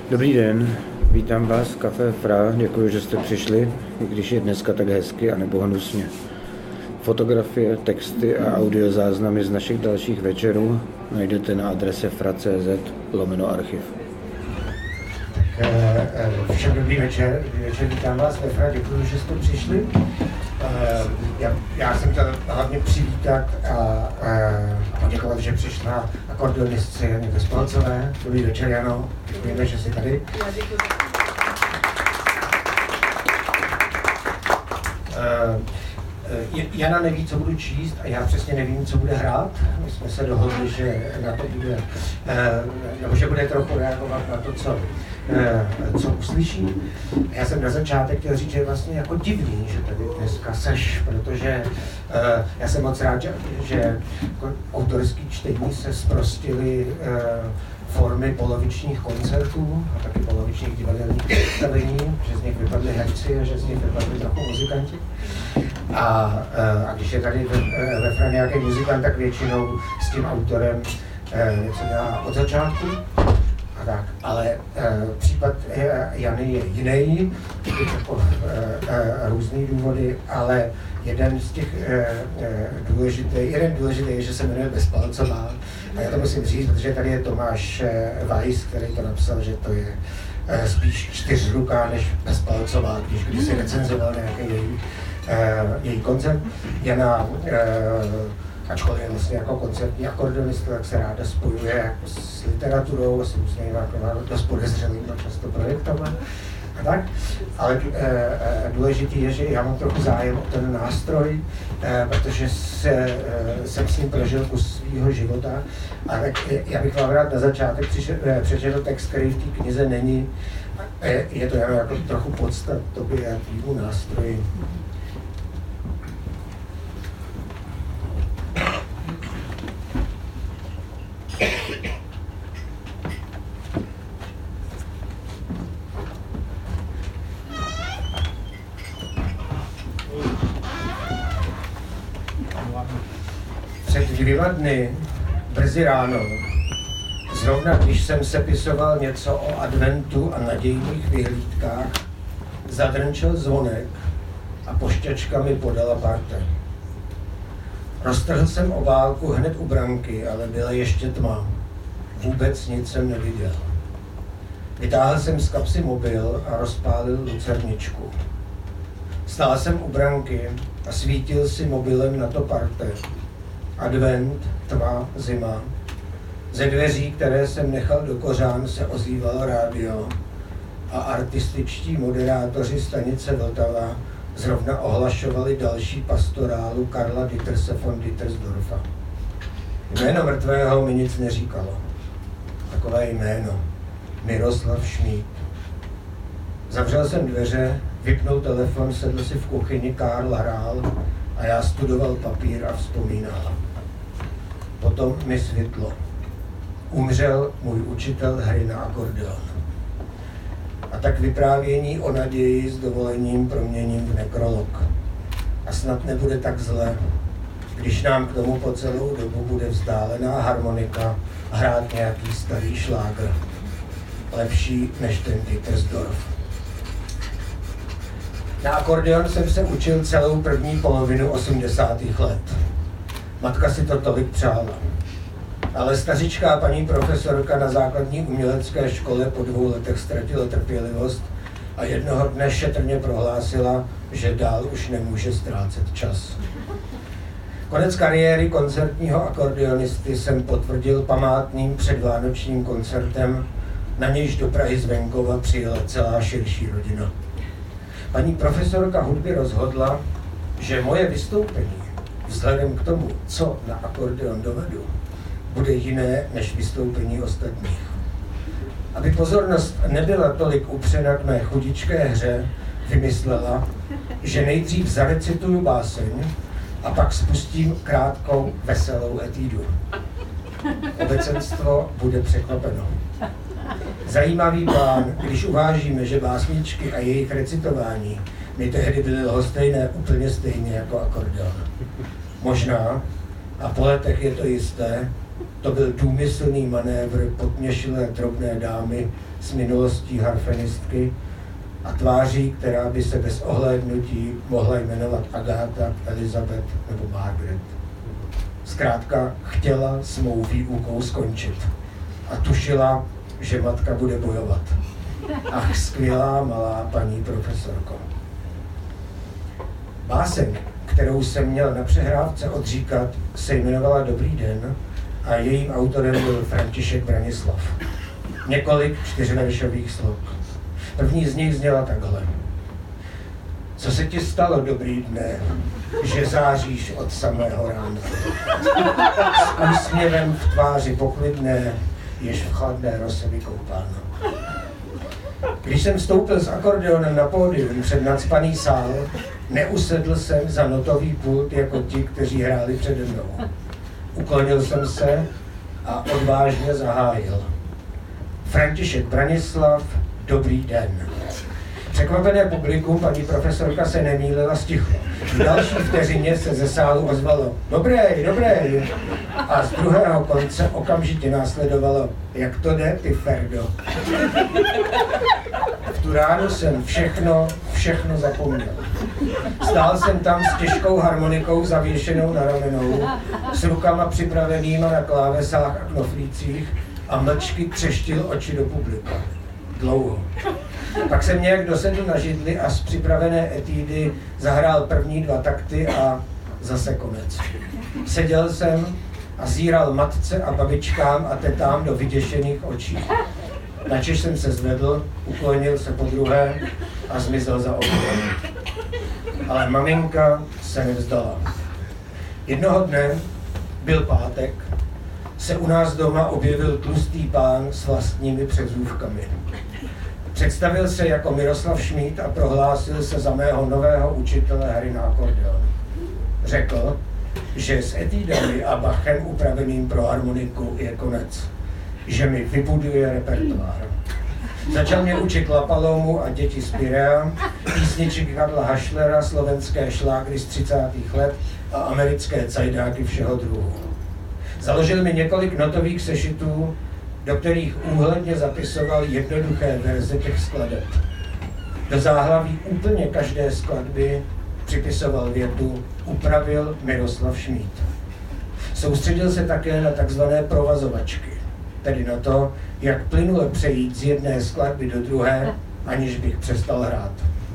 Dobrý den, vítám vás v Café Fra, děkuji, že jste přišli, i když je dneska tak hezky a nebo hnusně. Fotografie, texty a audiozáznamy z našich dalších večerů najdete na adrese fra.cz/archiv. Všem dobrý večer, vítám vás ve Fra, děkuji, že jste přišli. Já jsem chtěl hlavně přivítat a poděkovat, že přišla akordionistce Jany Vespalcové. Dobrý večer, Jano, děkujeme, že jsi tady. Jana neví, co budu číst a já přesně nevím, co bude hrát. My jsme se dohodli, že na to bude, nebo že bude trochu reagovat na to, co uslyší. Já jsem na začátek chtěl říct, že je vlastně jako divný, že tady dneska seš, protože já jsem moc rád, že autorský čtení se zprostily formy polovičních koncertů a taky polovičních divadelních představení, že z nich vypadly herci a že z nich vypadly trochu muzikanti. A když je tady ve Fra nějaký muzikant, tak většinou s tím autorem něco dělá od začátku. A tak. Ale případ Jany je jiný, jako různý důvody, ale jeden z těch důležitý je, že se jmenuje Vespalcová. A já to musím říct, protože tady je Tomáš Weiss, který to napsal, že to je spíš čtyřruká než Vespalcová, když si recenzoval nějaký její koncert. Jana, ačkoliv je vlastně jako koncertní akordionista, tak se ráda spojuje s literaturou, s různými dost podezřelými často projektama a tak. Ale důležitý je, že já mám trochu zájem o ten nástroj, protože jsem s ním prožil kus svýho života. A tak já bych vám rád na začátek přečetl text, který v té knize není. Je to jako trochu podstat tobě a tvýmu nástroji. Před 2 dny, brzy ráno, zrovna když jsem sepisoval něco o adventu a nadějných vyhlídkách, zadrnčel zvonek a pošťačka mi podala parte. Roztrhl jsem obálku hned u branky, ale byla ještě tma. Vůbec nic jsem neviděl. Vytáhl jsem z kapsy mobil a rozpálil lucerničku. Stál jsem u branky a svítil si mobilem na to parte. Advent, tma, zima. Ze dveří, které jsem nechal do kořán, se ozývalo rádio a artističtí moderátoři stanice Vltava zrovna ohlašovali další pastorálu Karla Ditterse von Dittersdorfa. Jméno mrtvého mi nic neříkalo. Takové jméno. Miroslav Šmíd. Zavřel jsem dveře, vypnul telefon, sedl si v kuchyni, Karl hrál a já studoval papír a vzpomínal. Potom mi svitlo. Umřel můj učitel hry na akordeon. A tak vyprávění o naději s dovolením proměním v nekrolog. A snad nebude tak zle, když nám k tomu po celou dobu bude vzdálená harmonika hrát nějaký starý šlágr. Lepší než ten Dittersdorf. Na akordeon jsem se učil celou první polovinu 80. let. Matka si to tolik přála. Ale stařičká paní profesorka na základní umělecké škole po 2 letech ztratila trpělivost a jednoho dne šetrně prohlásila, že dál už nemůže ztrácet čas. Konec kariéry koncertního akordionisty jsem potvrdil památným předvánočním koncertem, na nějž do Prahy z venkova přijela celá širší rodina. Paní profesorka hudby rozhodla, že moje vystoupení, vzhledem k tomu, co na akordeon dovedu, bude jiné než vystoupení ostatních. Aby pozornost nebyla tolik upřena k mé chudičké hře, vymyslela, že nejdřív zarecituju báseň a pak spustím krátkou veselou etídu. Obecenstvo bude překvapeno. Zajímavý plán, když uvážíme, že básničky a jejich recitování mi tehdy byly lhostejné úplně stejně jako akordeon. Možná, a po letech je to jisté, To byl důmyslný manévr podměšilé drobné dámy s minulostí harfenistky a tváří, která by se bez ohlédnutí mohla jmenovat Agáta, Elizabeth nebo Margaret. Zkrátka chtěla s mou výukou skončit a tušila, že matka bude bojovat. Ach, skvělá malá paní profesorko. Báseň, kterou jsem měl na přehrávce odříkat, se jmenovala Dobrý den a jejím autorem byl František Branislav. Několik 4veršových slov. První z nich zněla takhle. Co se ti stalo, dobrý dne, že záříš od samého rána? S úsměvem v tváři poklidné, jež v chladné rose vykoupáno. Když jsem vstoupil s akordeonem na pódium před nacpaný sál, neusedl jsem za notový pult jako ti, kteří hráli přede mnou. Uklonil jsem se a odvážně zahájil. František Branislav, dobrý den. Překvapené publikum, paní profesorka se nemýlila, stichlo. V další vteřině se ze sálu ozvalo dobrý, dobrý. A z druhého konce okamžitě následovalo, jak to jde, ty Ferdo. V tu ránu jsem všechno zapomněl. Stál jsem tam s těžkou harmonikou zavěšenou na ramenou, s rukama připravenýma na klávesách a knoflících a mlčky třeštil oči do publika. Dlouho. Pak jsem nějak dosedl na židli a z připravené etídy zahrál první 2 takty a zase konec. Seděl jsem a zíral matce a babičkám a tetám do vyděšených očí. Načež jsem se zvedl, uklonil se podruhé a zmizel za oknem. Ale maminka se nevzdala. Jednoho dne, byl pátek, se u nás doma objevil tlustý pán s vlastními předzůvkami. Představil se jako Miroslav Šmíd a prohlásil se za mého nového učitele hry na akordeon. Řekl, že s etídami a Bachem upraveným pro harmoniku je konec, že mi vybuduje repertoár. Začal mě učit Lapalomu a Děti z Pirea, písničky Karla Hašlera, slovenské šlágry z 30. let a americké cajdáky všeho druhu. Založil mi několik notových sešitů, do kterých úhledně zapisoval jednoduché verze těch skladeb. Do záhlaví úplně každé skladby připisoval větu upravil Miroslav Šmíd. Soustředil se také na takzvané provazovačky, tedy na to, jak plynule přejít z jedné skladby do druhé, aniž bych přestal hrát.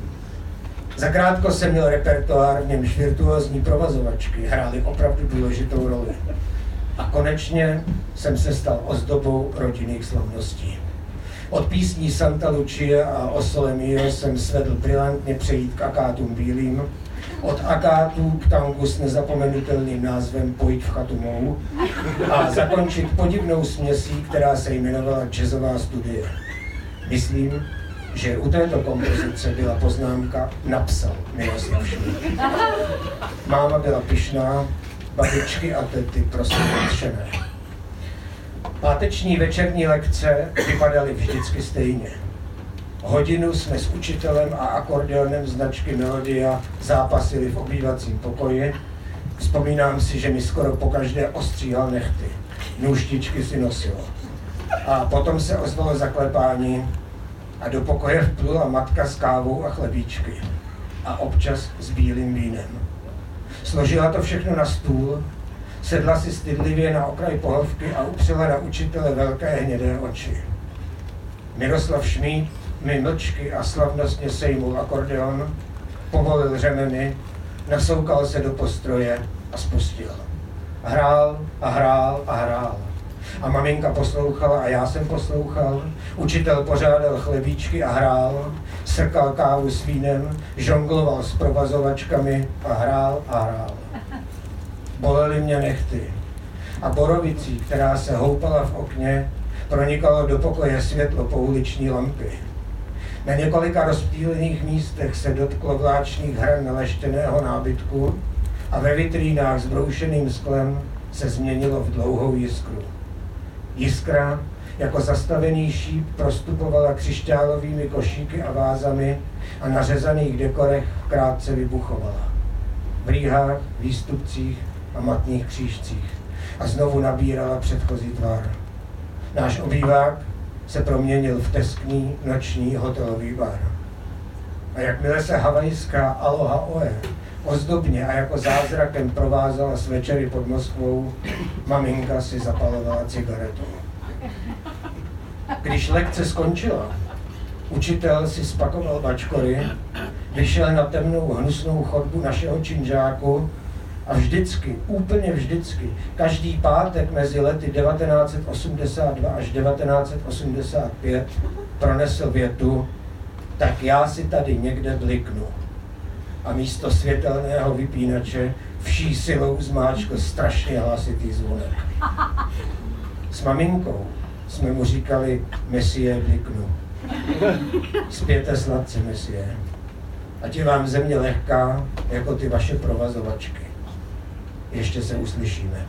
Zakrátko jsem měl repertoár, v němž virtuózní provazovačky hrály opravdu důležitou roli. A konečně jsem se stal ozdobou rodinných slavností. Od písní Santa Lucia a O Sole Mio jsem svedl brilantně přejít k akátům bílým, od akátů k tangu s nezapomenutelným názvem Pojď v chatu mou a zakončit podivnou směsí, která se jmenovala Jazzová studie. Myslím, že u této kompozice byla poznámka napsal Miroslav Šmíd. Máma byla pyšná, babičky a tety prostě nadšené. Páteční večerní lekce vypadaly vždycky stejně. Hodinu jsme s učitelem a akordeonem značky Melodia zápasili v obývacím pokoji. Vzpomínám si, že mi skoro pokaždé ostříhal nehty. Nůžtičky si nosil. A potom se ozvalo zaklepání a do pokoje vplula matka s kávou a chlebíčky. A občas s bílým vínem. Složila to všechno na stůl, sedla si stydlivě na okraj pohovky a upřela na učitele velké hnědé oči. Miroslav Šmíd mi mlčky a slavnostně sejmul akordeon, povolil řemeny, nasoukal se do postroje a spustil. Hrál a hrál a hrál. A maminka poslouchala a já jsem poslouchal. Učitel pořádal chlebíčky a hrál, srkal kávu s vínem, žongloval s provazovačkami a hrál a hrál. Bolely mě nehty. A borovicí, která se houpala v okně, pronikalo do pokoje světlo pouliční lampy. Na několika rozptýlených místech se dotklo vláčných hran naleštěného nábytku a ve vitrínách s broušeným sklem se změnilo v dlouhou jiskru. Jiskra jako zastavený šíp prostupovala křišťálovými košíky a vázami a na řezaných dekorech krátce vybuchovala. V rýhách, výstupcích a matných křížcích. a znovu nabírala předchozí tvar. Náš obývák se proměnil v teskný noční hotelový bar. A jakmile se havajská Aloha Oe ozdobně a jako zázrakem provázala s večery pod Moskvou, maminka si zapalovala cigaretu. Když lekce skončila, učitel si spakoval bačkory, vyšel na temnou hnusnou chodbu našeho činžáku a vždycky, úplně vždycky, každý pátek mezi lety 1982 až 1985 pronesl větu: tak já si tady někde bliknu. A místo světelného vypínače vší silou zmáčkl strašně hlasitý zvonek. S maminkou jsme mu říkali: Messie, bliknu. Spěte sladce, Messie. Ať je vám země lehká, jako ty vaše provazovačky. Ještě se uslyšíme.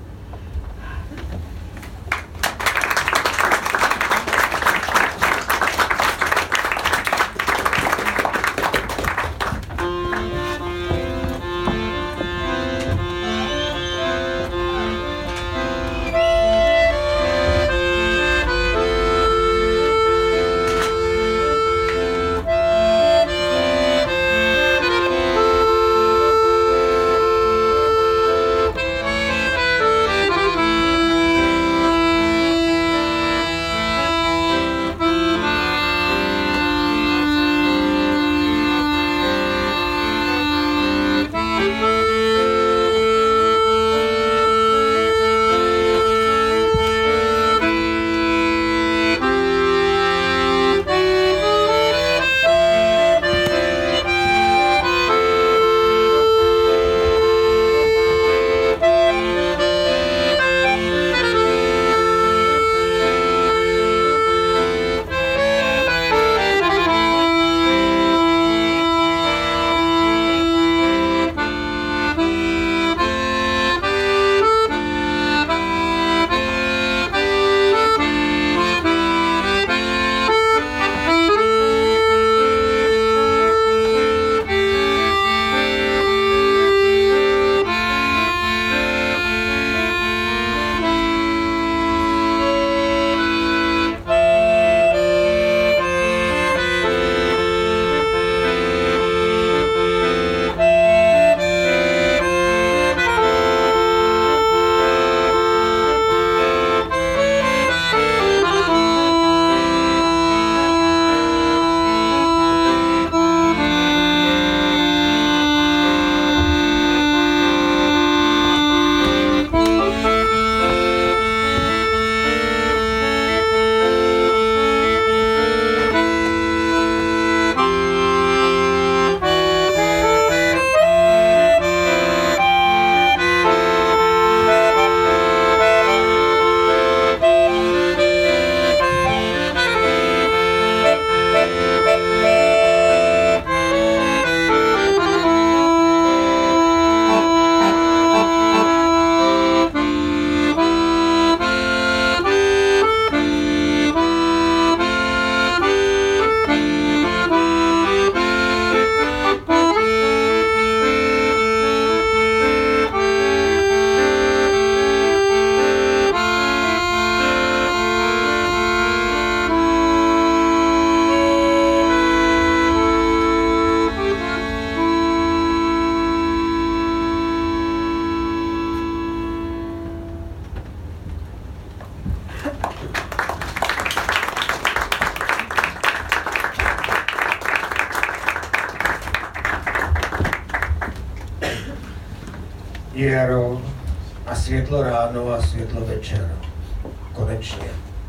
Jaro a světlo ráno a světlo večer. Konečně.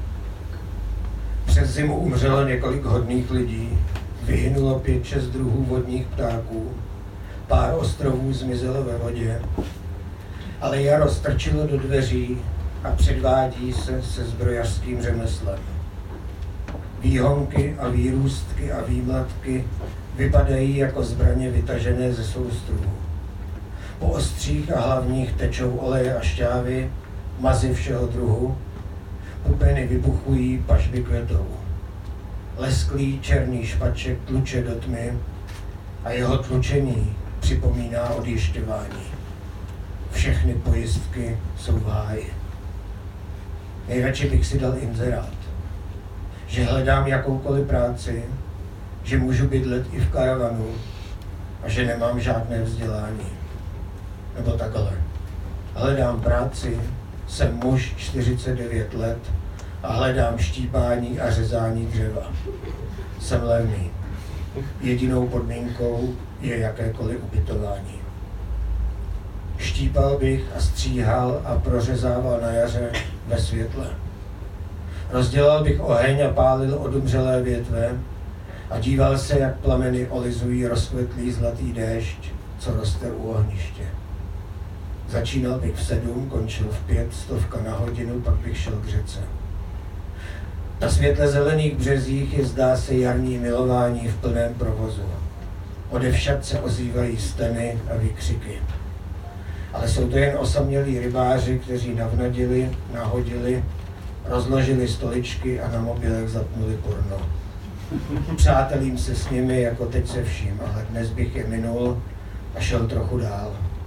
Přes zimu umřelo několik hodných lidí, vyhynulo 5-6 druhů vodních ptáků, pár ostrovů zmizelo ve vodě, ale jaro strčilo do dveří a předvádí se zbrojařským řemeslem. Výhonky a výrůstky a výmlatky vypadají jako zbraně vytažené ze soustruhu. Po ostřích a hlavních tečou oleje a šťávy, mazy všeho druhu, pupeny vybuchují, pažby kvetou. Lesklý černý špaček tluče do tmy a jeho tlučení připomíná odjišťování. Všechny pojistky jsou v háji. Nejradši bych si dal inzerát, že hledám jakoukoliv práci, že můžu bydlet i v karavanu a že nemám žádné vzdělání. Nebo takhle. Hledám práci, jsem muž 49 let a hledám štípání a řezání dřeva. Jsem levný. Jedinou podmínkou je jakékoliv ubytování. Štípal bych a stříhal a prořezával na jaře ve světle. Rozdělal bych oheň a pálil odumřelé větve a díval se, jak plameny olizují rozkvetlý zlatý déšť, co roste u ohniště. Začínal bych v 7, končil v 5, 100 na hodinu, pak bych šel k řece. Na světle zelených březích je, zdá se, jarní milování v plném provozu. Odevšad se ozývají steny a výkřiky. Ale jsou to jen osamělí rybáři, kteří navnadili, nahodili, rozložili stoličky a na mobilech zapnuli porno. Přátelím se s nimi, jako teď se vším, ale dnes bych je minul a šel trochu dál.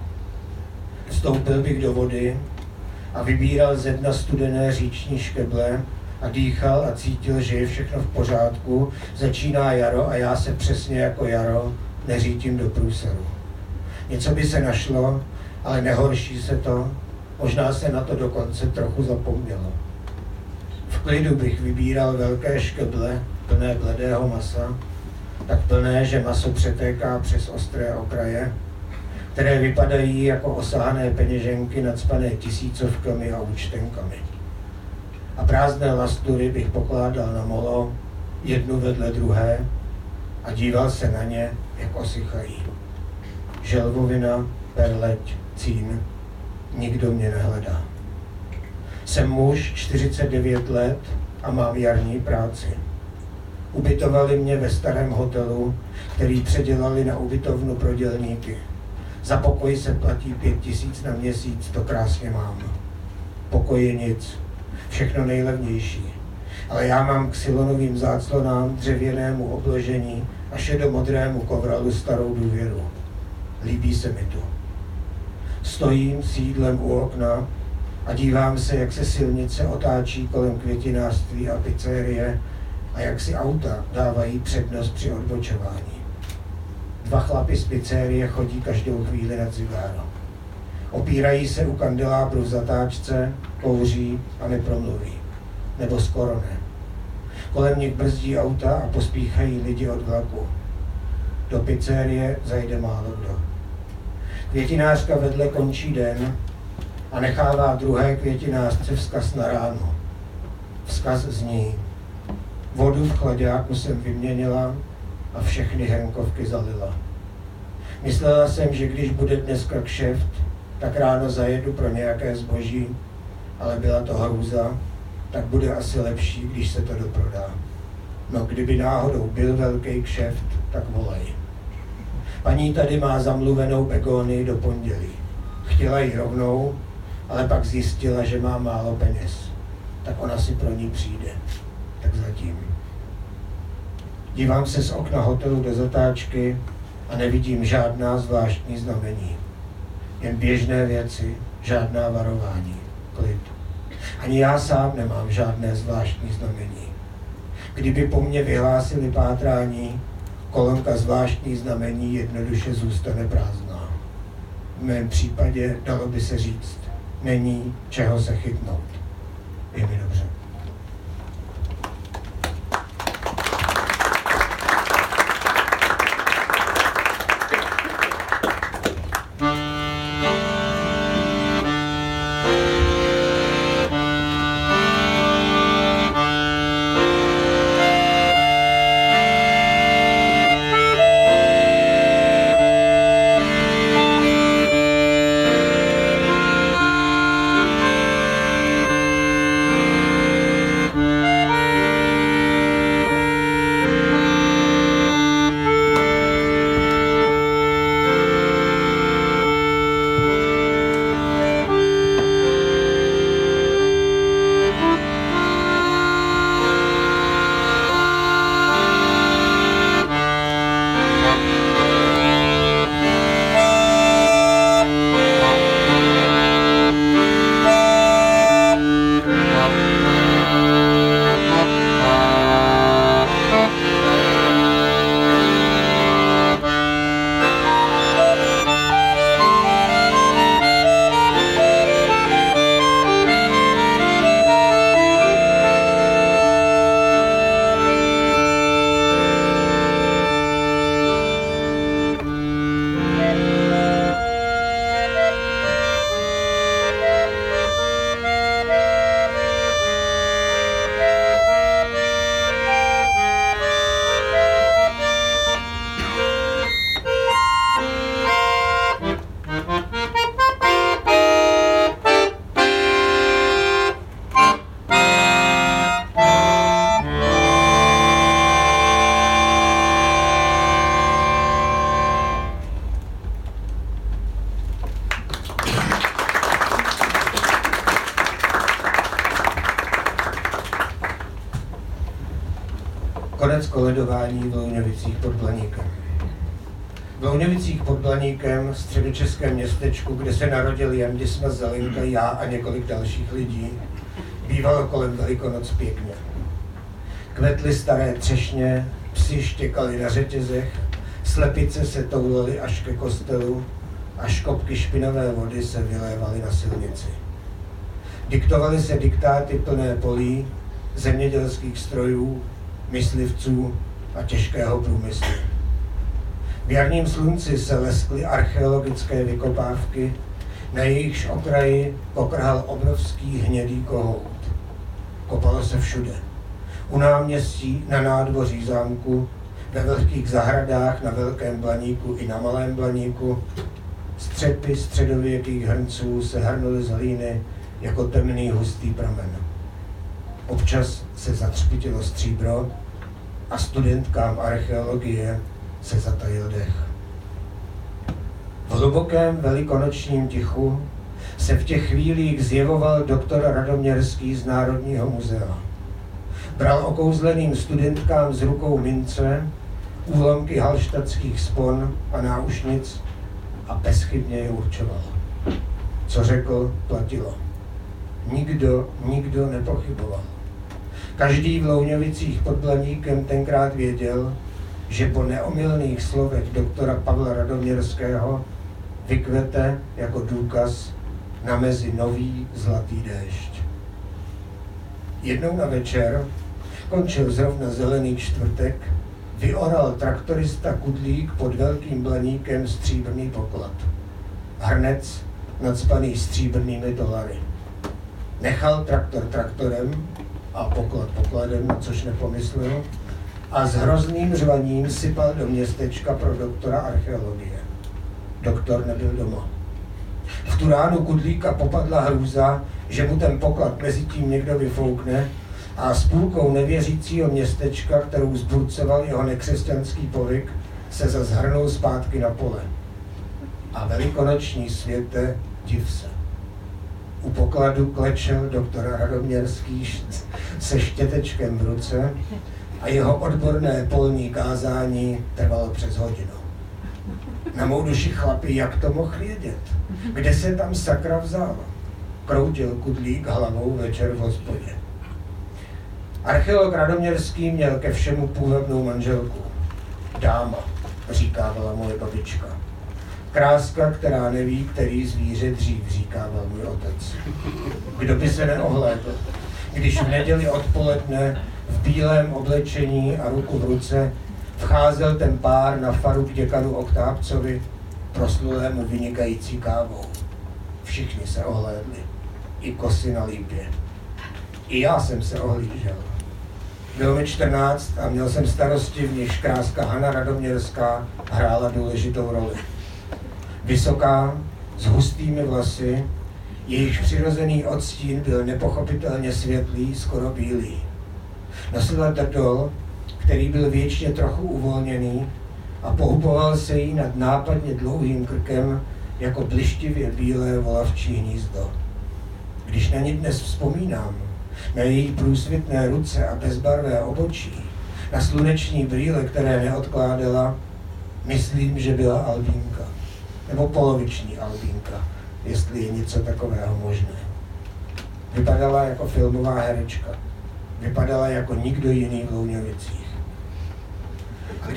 Vstoupil bych do vody a vybíral ze dna studené říční škeble a dýchal a cítil, že je všechno v pořádku. Začíná jaro a já se přesně jako jaro neřítím do průseru. Něco by se našlo, ale nehorší se to, možná se na to dokonce trochu zapomnělo. V klidu bych vybíral velké škeble, plné bledého masa, tak plné, že maso přetéká přes ostré okraje, které vypadají jako osahané peněženky nacpané tisícovkami a účtenkami. A prázdné lastury bych pokládal na molo, jednu vedle druhé, a díval se na ně, jak osychají. Želvovina, perleť, cín, nikdo mě nehledá. Jsem muž 49 let a mám jarní práci. Ubytovali mě ve starém hotelu, který předělali na ubytovnu pro dělníky. Za pokoj se platí 5 000 na měsíc, to krásně mám. Pokoj je nic, všechno nejlevnější. Ale já mám k silonovým záclonám, dřevěnému obložení a šedomodrému kovralu starou důvěru. Líbí se mi tu. Stojím s jídlem u okna a dívám se, jak se silnice otáčí kolem květinářství a pizzerie a jak si auta dávají přednost při odbočování. 2 chlapi z pizzerie chodí každou chvíli na cigáro. Opírají se u kandelábru v zatáčce, kouří a nepromluví. Nebo skoro ne. Kolem nich brzdí auta a pospíchají lidi od vlaku. Do pizzerie zajde málo kdo. Květinářka vedle končí den a nechává druhé květinářce vzkaz na ráno. Vzkaz zní: vodu v chlaďáku jsem vyměnila a všechny hrnkovky zalila. Myslela jsem, že když bude dneska kšeft, tak ráno zajedu pro nějaké zboží, ale byla to hrůza, tak bude asi lepší, když se to doprodá. No, kdyby náhodou byl velký kšeft, tak volej. Paní tady má zamluvenou begónii do pondělí. Chtěla ji rovnou, ale pak zjistila, že má málo peněz. Tak ona si pro ní přijde. Tak zatím. Dívám se z okna hotelu do zatáčky a nevidím žádná zvláštní znamení. Jen běžné věci, žádná varování. Klid. Ani já sám nemám žádné zvláštní znamení. Kdyby po mně vyhlásili pátrání, kolonka zvláštní znamení jednoduše zůstane prázdná. V mém případě dalo by se říct, není čeho se chytnout. Je mi dobře. Konec koledování v Louňovicích pod Blaníkem. V Louňovicích pod Blaníkem, středočeském městečku, kde se narodil Jan Dismas Zelenka, já a několik dalších lidí, bývalo kolem Velikonoc pěkně. Kvetly staré třešně, psi štěkali na řetězech, slepice se toulaly až ke kostelu a škopky špinavé vody se vylévaly na silnici. Diktovaly se diktáty plné polí, zemědělských strojů, myslivců a těžkého průmyslu. V jarním slunci se leskly archeologické vykopávky, na jejichž okraji pokrhal obrovský hnědý kohout. Kopalo se všude. U náměstí, na nádvoří zámku, ve velkých zahradách, na Velkém Blaníku i na Malém Blaníku. Střepy středověkých hrnců se hrnuly z hlíny jako temný hustý pramen. Občas se zatřpitilo stříbro a studentkám archeologie se zatajil dech. V hlubokém velikonočním tichu se v těch chvílích zjevoval doktor Radoměrský z Národního muzea. Bral okouzleným studentkám z rukou mince, úlomky halštatských spon a náušnic a bezchybně je určoval. Co řekl, platilo. Nikdo nepochyboval. Každý v Louňovicích pod Blaníkem tenkrát věděl, že po neomylných slovech doktora Pavla Radoměrského vykvete jako důkaz na mezi nový zlatý déšť. Jednou na večer, končil zrovna zelený čtvrtek, vyoral traktorista Kudlík pod Velkým Blaníkem stříbrný poklad. Hrnec nacpaný stříbrnými dolary. Nechal traktor traktorem a poklad pokladem, na což nepomyslel, a s hrozným řvaním sypal do městečka pro doktora archeologie. Doktor nebyl doma. V tu ránu Kudlíka popadla hrůza, že mu ten poklad mezi tím někdo vyfoukne a s půlkou nevěřícího městečka, kterou zburcoval jeho nekřesťanský povyk, se zas hrnul zpátky na pole. A velikonoční světe, div se. U pokladu klečel doktor Radoměrský se štětečkem v ruce a jeho odborné polní kázání trvalo přes hodinu. Na mou duši chlapi, jak to mohl vědět? Kde se tam sakra vzal? Kroutil Kudlík hlavou večer v hospodě. Archeolog Radoměrský měl ke všemu půvabnou manželku. Dáma, říkávala moje babička. Kráska, která neví, který zvíře dřív, říkával můj otec. Kdo by se neohlédl, když v neděli odpoledne v bílém oblečení a ruku v ruce vcházel ten pár na faru k děkanu Oktábcovi, proslulému vynikající kávou. Všichni se ohlédli, i kosy na lípě. I já jsem se ohlížel. Bylo mi 14 a měl jsem starosti, v nichž kráska Hana Radoměrská hrála důležitou roli. Vysoká, s hustými vlasy, jejichž přirozený odstín byl nepochopitelně světlý, skoro bílý. Nosila drdol, který byl věčně trochu uvolněný a pohuboval se jí nad nápadně dlouhým krkem jako blištivě bílé volavčí hnízdo. Když na ní dnes vzpomínám, na její průsvitné ruce a bezbarvé obočí, na sluneční brýle, které neodkládala, myslím, že byla albínka, nebo poloviční albínka, jestli je něco takového možné. Vypadala jako filmová herečka. Vypadala jako nikdo jiný v Louňovicích. A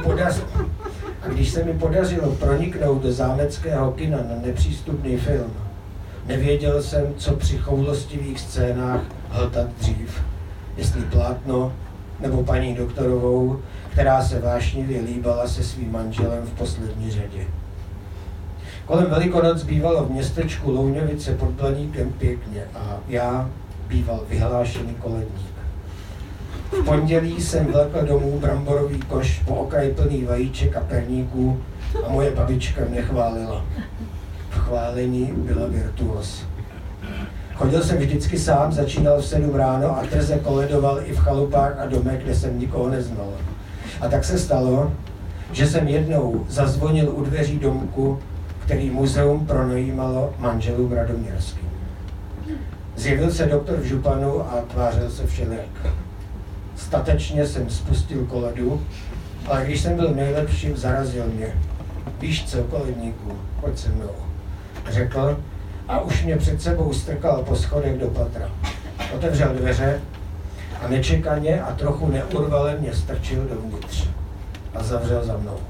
když se mi podařilo proniknout do zámeckého kina na nepřístupný film, nevěděl jsem, co při choulostivých scénách hltat dřív. Jestli plátno, nebo paní doktorovou, která se vášnivě líbala se svým manželem v poslední řadě. Kolem Velikonoc bývalo v městečku Louňovice pod Blaníkem pěkně a já býval vyhlášený koledník. V pondělí jsem vlekl domů bramborový koš po okraj plný vajíček a perníků a moje babička mě chválila. V chválení byla virtuos. Chodil jsem vždycky sám, začínal v 7 ráno a trze koledoval i v chalupách a domech, kde jsem nikoho neznal. A tak se stalo, že jsem jednou zazvonil u dveří domku, který muzeum pronajímalo manželům Radoměrským. Zjevil se doktor v županu a tvářil se všelijak. Statečně jsem spustil koledu, ale když jsem byl nejlepším, zarazil mě. Víš co, koledníku, pojď se mnou, řekl a už mě před sebou strkal po schodech do patra. Otevřel dveře a nečekaně a trochu neurvale mě strčil dovnitř a zavřel za mnou.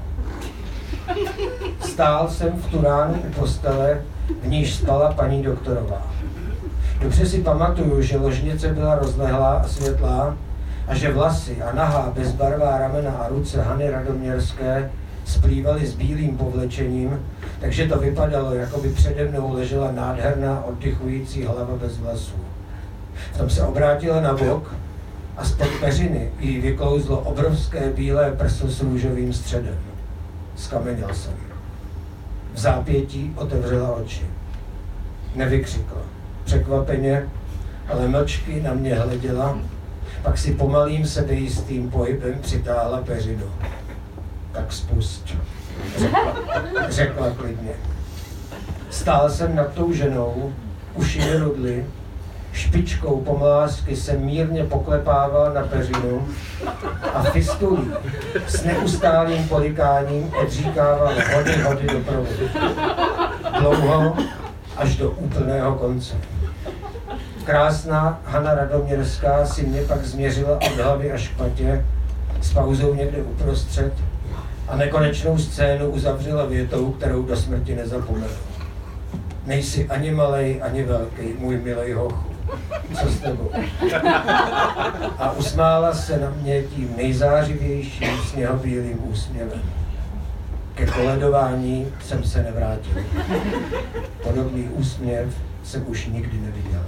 Stál jsem v tu ránu u postele, v níž spala paní doktorová. Dobře si pamatuju, že ložnice byla rozlehlá a světlá a že vlasy a nahá bezbarvá ramena a ruce Hany Radoměrské splývaly s bílým povlečením, takže to vypadalo, jako by přede mnou ležela nádherná oddychující hlava bez vlasů. V tom se obrátila na bok a spod peřiny jí vyklouzlo obrovské bílé prso s růžovým středem. Skameněl jsem. V zápětí otevřela oči. Nevykřikla. Překvapeně, ale mlčky na mě hleděla, pak si pomalým sebejistým pohybem přitáhla peřinu. Tak spust, řekla klidně. Stál jsem nad tou ženou, uši vyrudly, špičkou pomlásky jsem mírně poklepával na peřinu a fistulí s neustálým polikáním odříkával hody do provodu. Dlouho až do úplného konce. Krásná Hana Radoměrská si mě pak změřila od hlavy až k patě, s pauzou někde uprostřed a nekonečnou scénu uzavřela větou, kterou do smrti nezapomenu. Nejsi ani malej, ani velký, můj milej hochu. Co s tebou? A usmála se na mě tím nejzářivějším sněhobílým úsměvem. Ke koledování jsem se nevrátil. Podobný úsměv jsem už nikdy neviděl.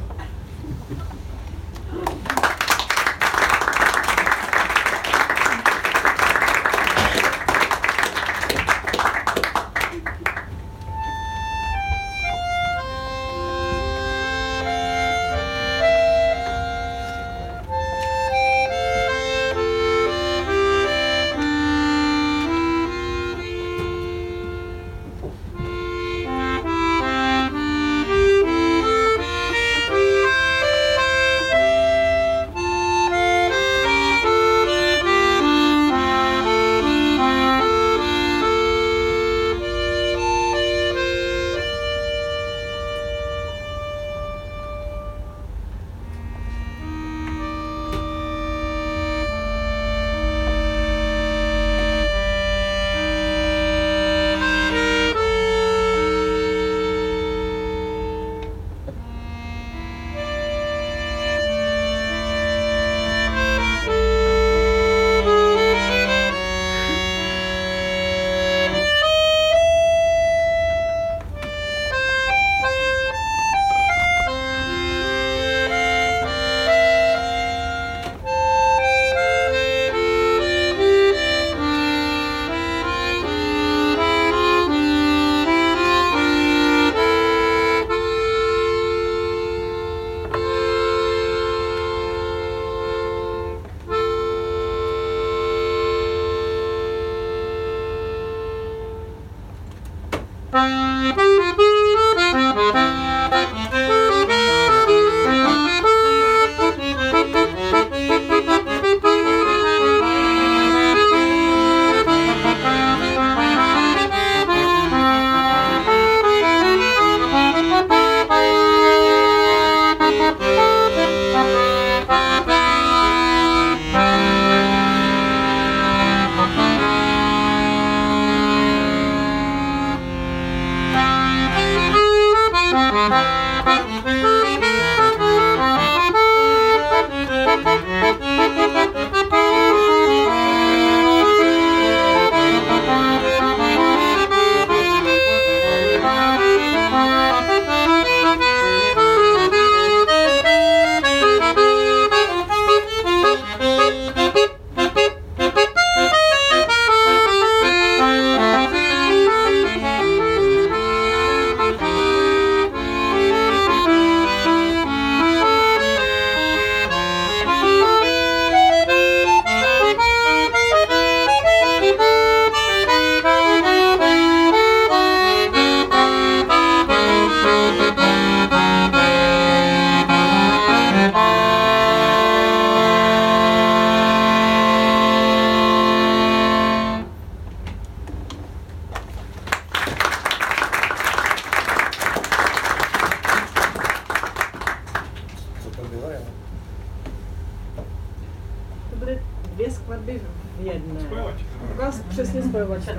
2 skladby v jedné. Taková přesně spojovačka.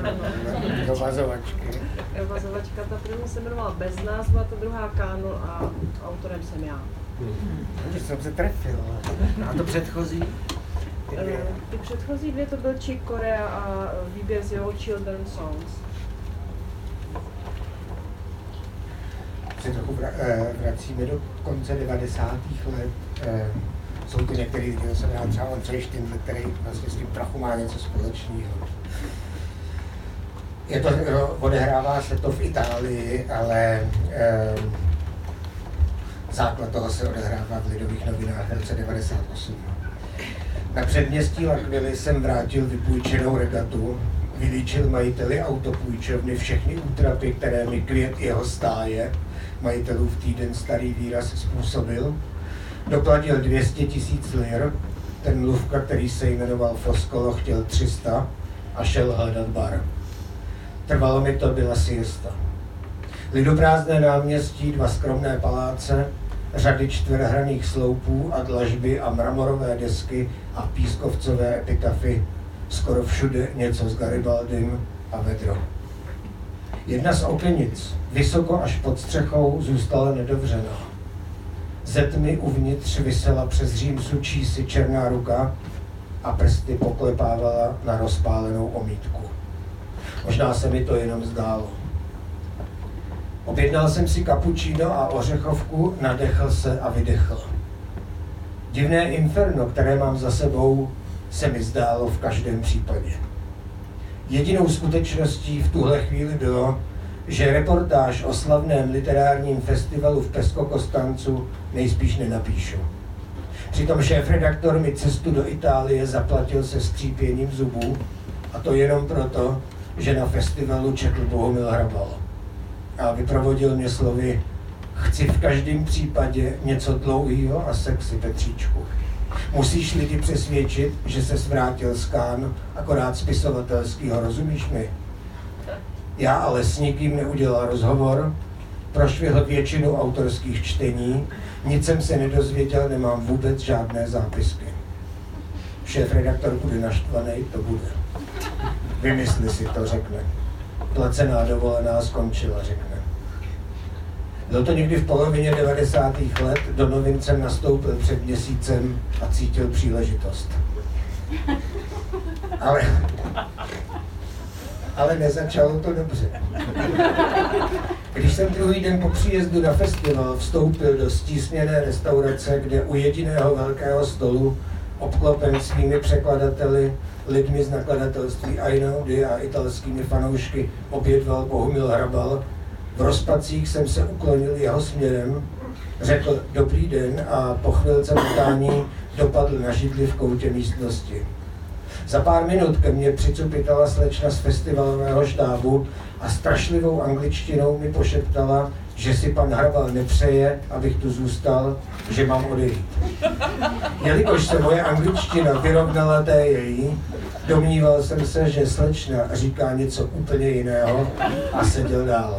Vazovačka, ta první se jmenovala Bez názvu a ta druhá Káno a autorem jsem já. Když jsem se trefil. A to předchozí? Ty předchozí 2 to byl Chick Corea a výběr z jeho Children's Songs. Se trochu vracíme do konce 90. let. Jsou ty některé lidi, kdo se dá třeba Ondřej Štindl, který vlastně s tím trochu má něco společného. Odehrává se to v Itálii, ale základ toho se odehrává v Lidových novinách v roce 98. Na předměstí L'Aquily jsem vrátil vypůjčenou regatu, vylíčil majiteli autopůjčovny všechny útrapy, které mi květ jeho stáje, majitelův týden starý výraz, způsobil. Doplatil 200 000 lir, ten mluvka, který se jmenoval Foscolo, chtěl 300 a šel hledat bar. Trvalo mi to, byla siesta. Lidoprázdné náměstí, 2 skromné paláce, řady čtverhranných sloupů a dlažby a mramorové desky a pískovcové epitafy, skoro všude něco s Garibaldym a vedro. Jedna z okenic, vysoko až pod střechou, zůstala nedovřená. Ze tmy uvnitř visela přes řím sučí si černá ruka a prsty poklepávala na rozpálenou omítku. Možná se mi to jenom zdálo. Objednal jsem si kapučíno a ořechovku, nadechl se a vydechl. Divné inferno, které mám za sebou, se mi zdálo v každém případě. Jedinou skutečností v tuhle chvíli bylo, že reportáž o slavném literárním festivalu v Pesco Costanzu nejspíš nenapíšu. Přitom šéfredaktor mi cestu do Itálie zaplatil se skřípěním zubů, a to jenom proto, že na festivalu četl Bohumil Hrabal. A vyprovodil mě slovy: chci v každém případě něco dlouhého a sexy, Petříčku. Musíš lidi přesvědčit, že ses vrátil z Cannes akorát spisovatelského, rozumíš mi? Já ale s nikým neudělal rozhovor, prošvihl většinu autorských čtení, nic jsem se nedozvěděl, nemám vůbec žádné zápisky. Šéfredaktor bude naštvaný, to bude. Vymysli si to, řekne. Placená dovolená skončila, řekne. Bylo to někdy v polovině 90. let, do novin jsem nastoupil před měsícem a cítil příležitost. Ale nezačalo to dobře. Když jsem druhý den po příjezdu na festival vstoupil do stísněné restaurace, kde u jediného velkého stolu, obklopen svými překladateli, lidmi z nakladatelství Einaudi a italskými fanoušky, obědval Bohumil Hrabal, v rozpacích jsem se uklonil jeho směrem, řekl dobrý den a po chvilce motání dopadl na židli v koutě místnosti. Za pár minut ke mně přicupitala slečna z festivalového štábu a strašlivou angličtinou mi pošeptala, že si pan Hrabal nepřeje, abych tu zůstal, že mám odejít. Jelikož se moje angličtina vyrovnala té její, domníval jsem se, že slečna říká něco úplně jiného a seděl dál.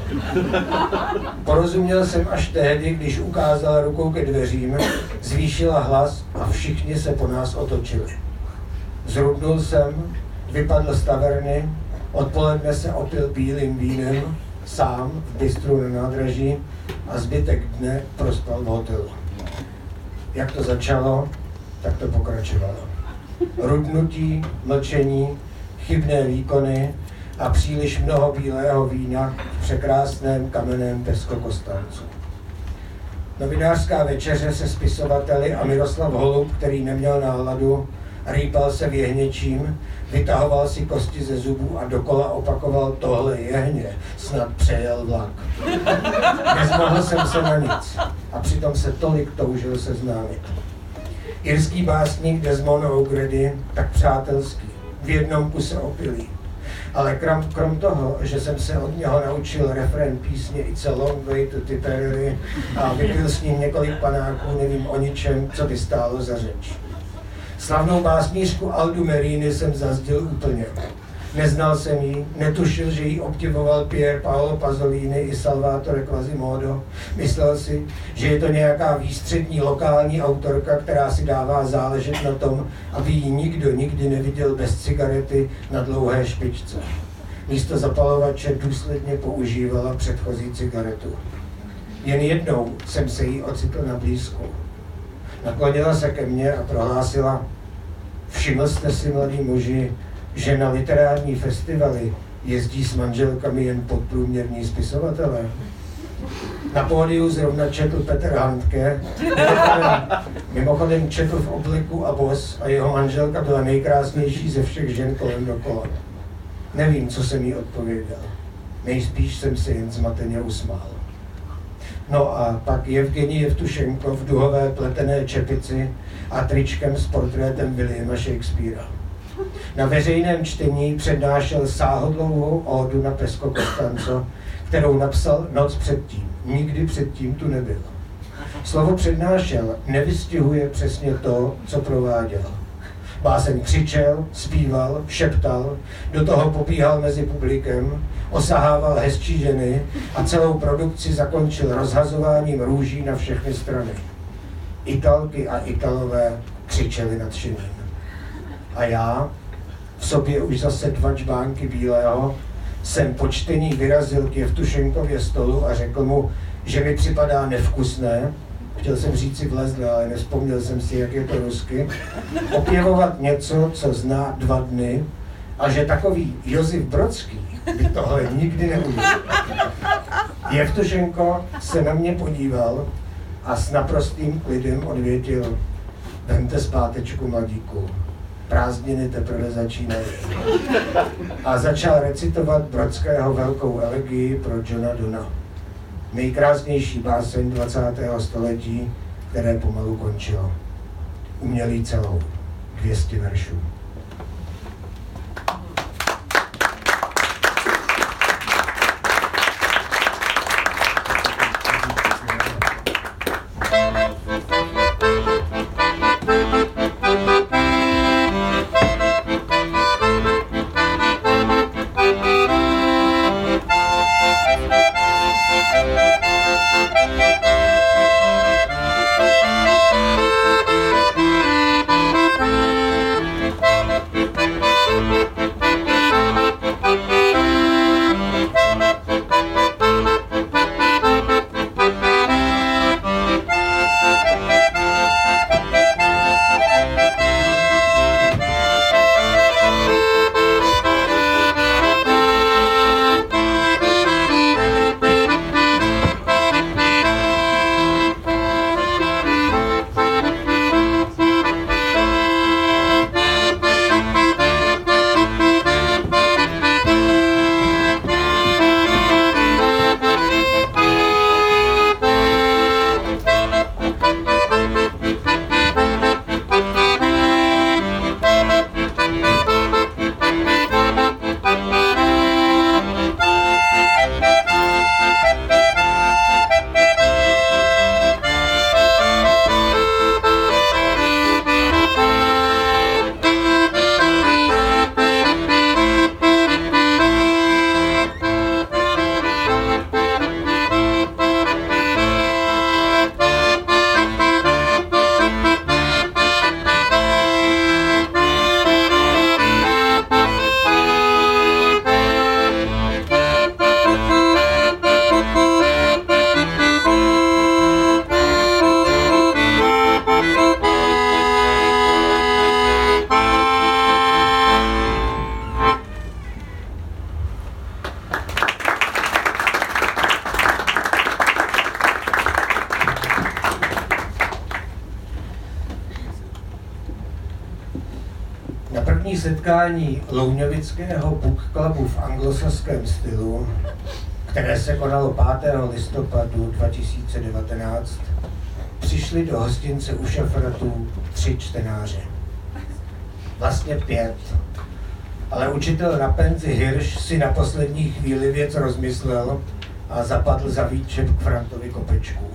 Porozuměl jsem až tehdy, když ukázala rukou ke dveřím, zvýšila hlas a všichni se po nás otočili. Zrudnul jsem, vypadl z taverny, odpoledne se opil bílým vínem, sám v bistru na nádraží a zbytek dne prospal v hotelu. Jak to začalo, tak to pokračovalo. Rudnutí, mlčení, chybné výkony a příliš mnoho bílého vína v překrásném kamenném Pesco Costanzu. Novinářská večeře se spisovateli a Miroslav Holub, který neměl náladu, rýpal se věhněčím, vytahoval si kosti ze zubů a dokola opakoval: tohle jehně, snad přejel vlak. Nezmohl jsem se na nic a přitom se tolik toužil seznámit. Irský básník Desmond O'Grady, tak přátelský, v jednom kuse opilý. Ale krom toho, že jsem se od něho naučil refrén písně It's a long way to Tipperary a vypil s ním několik panáků, nevím o ničem, co by stálo za řeč. Slavnou básnířku Aldu Merini jsem zazdil úplně. Neznal jsem ji, netušil, že ji obdivoval Pier Paolo Pasolini i Salvatore Quasimodo. Myslel si, že je to nějaká výstřední lokální autorka, která si dává záležet na tom, aby ji nikdo nikdy neviděl bez cigarety na dlouhé špičce. Místo zapalovače důsledně používala předchozí cigaretu. Jen jednou jsem se jí ocitl na blízku. Naklonila se ke mně a prohlásila: všiml jste si, mladí muži, že na literární festivaly jezdí s manželkami jen podprůměrní spisovatelé? Na pódiu zrovna četl Petr Handke, mimochodem četl v obleku a bos a jeho manželka byla nejkrásnější ze všech žen kolem dokola. Nevím, co jsem jí odpověděl. Nejspíš jsem se jen zmateně usmál. No a pak Jevgenij Jevtušenko v duhové pletené čepici a tričkem s portrétem Williama Shakespearea. Na veřejném čtení přednášel sáhodlouhou ódu na Pesco Costanzo, kterou napsal noc předtím. Nikdy předtím tu nebyl. Slovo přednášel nevystihuje přesně to, co prováděl. Báseň křičel, zpíval, šeptal, do toho popíhal mezi publikem, osahával hezčí ženy a celou produkci zakončil rozhazováním růží na všechny strany. Italky a Italové křičeli nadšením. A já, v sobě už zase 2 čbánky bílého, jsem po čtení vyrazil k Jevtušenkově stolu a řekl mu, že mi připadá nevkusné, chtěl jsem říci vlezle, ale nevzpomněl jsem si, jak je to rusky, opěvovat něco, co zná 2 dny, a že takový Josif Brodský by tohle nikdy neudělal. Jevtušenko se na mě podíval a s naprostým klidem odvětil: vemte zpátečku, mladíku, prázdniny teprve začínají. A začal recitovat Brodského velkou elegii pro Johna Donna. Nejkrásnější báseň 20. století, které pomalu končilo. Uměl jí celou, 200 veršů. Setkání Louňovického book clubu v anglosaském stylu, které se konalo 5. listopadu 2019, přišli do hostince u Šafratů 3 čtenáři. Vlastně 5. Ale učitel na penzi Hirš si na poslední chvíli věc rozmyslel a zapadl za výčep k Frantovi Kopečku.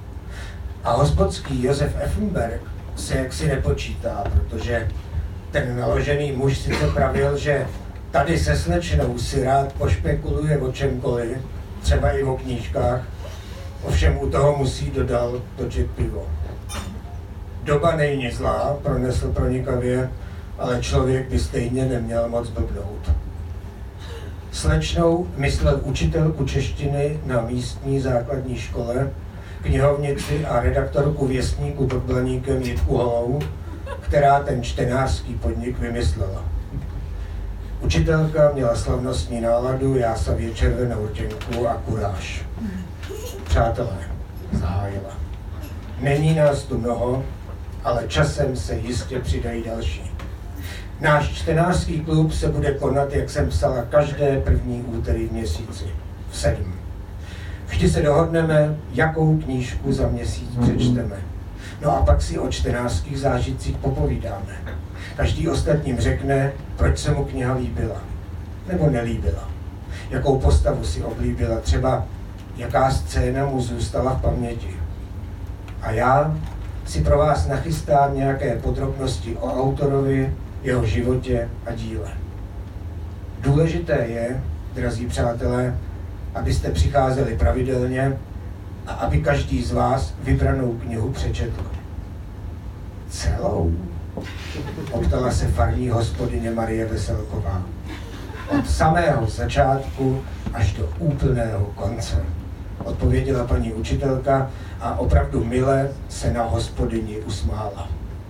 A hospodský Josef Effenberg se jaksi nepočítá, protože ten naložený muž sice pravil, že Tady se slečnou si rád pošpekuluje o čemkoliv, třeba i o knížkách, ovšem u toho musí točit pivo. Doba není zlá, pronesl pronikavě, ale člověk by stejně neměl moc blbnout. Slečnou myslel učitelku češtiny na místní základní škole, knihovnici a redaktorku věstníku pod Blaníkem Jitku Holou, která ten čtenářský podnik vymyslela. Učitelka měla slavnostní náladu, jásavě červenou rtěnku a kuráž. Přátelé, zahájila. Není nás tu mnoho, ale časem se jistě přidají další. Náš čtenářský klub se bude konat, jak jsem psala, každé první úterý v měsíci, v 7. Vždy se dohodneme, jakou knížku za měsíc přečteme. No a pak si o čtenářských zážitcích popovídáme. Každý ostatním řekne, proč se mu kniha líbila, nebo nelíbila. Jakou postavu si oblíbila, třeba jaká scéna mu zůstala v paměti. A já si pro vás nachystám nějaké podrobnosti o autorovi, jeho životě a díle. Důležité je, drazí přátelé, abyste přicházeli pravidelně a aby každý z vás vybranou knihu přečetl. Celou? Optala se farní hospodyně Marie Veselková. Od samého začátku až do úplného konce, odpověděla paní učitelka a opravdu mile se na hospodyni usmála.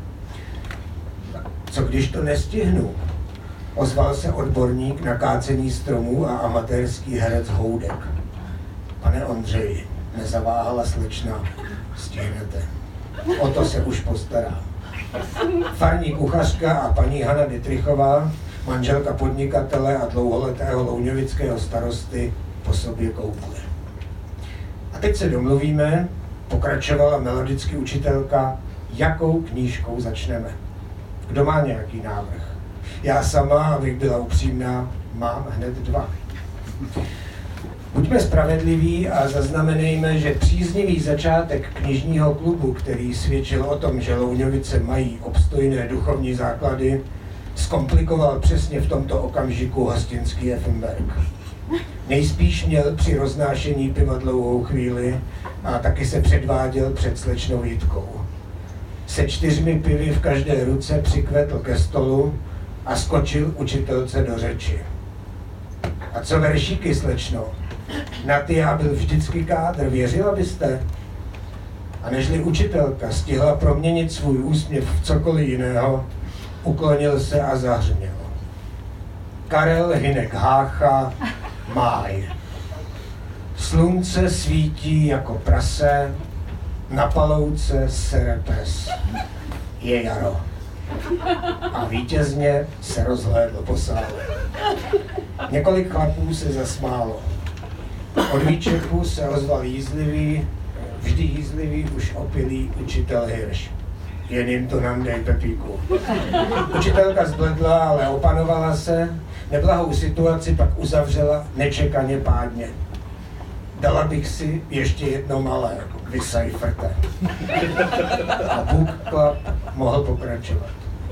Co když to nestihnu? Ozval se odborník na kácení stromů a amatérský herec Houdek. Pane Ondřeji, nezaváhala slečna, stihnete. O to se už postará. Farní kuchařka a paní Hana Dytrichová, manželka podnikatele a dlouholetého louňovického starosty, po sobě koukly. A teď se domluvíme, pokračovala melodicky učitelka, jakou knížkou začneme. Kdo má nějaký návrh? Já sama, abych byla upřímná, mám hned 2. Buďme spravedliví a zaznamenejme, že příznivý začátek knižního klubu, který svědčil o tom, že Louňovice mají obstojné duchovní základy, zkomplikoval přesně v tomto okamžiku hostinský Effenberg. Nejspíš měl při roznášení piva dlouhou chvíli a taky se předváděl před slečnou Jitkou. Se 4 pivy v každé ruce přikvetl ke stolu a skočil učitelce do řeči. A co veršíky, slečno? Na ty já byl vždycky kádr, věřila byste? A nežli učitelka stihla proměnit svůj úsměv v cokoliv jiného, uklonil se a zahřměl. Karel Hynek Hácha, máj. Slunce svítí jako prase, na palouce sere pes. Je jaro. A vítězně se rozhlédl po sále. Několik chlapů se zasmálo. Od výčepu se ozval jízlivý, vždy jízlivý, už opilý učitel Hirš. Jen jim to nám dej, Pepíku. Učitelka zbledla, ale opanovala se, neblahou situaci pak uzavřela nečekaně pádně. Dala bych si ještě jedno malé, vysajfrte. A Bůh Klap mohl pokračovat.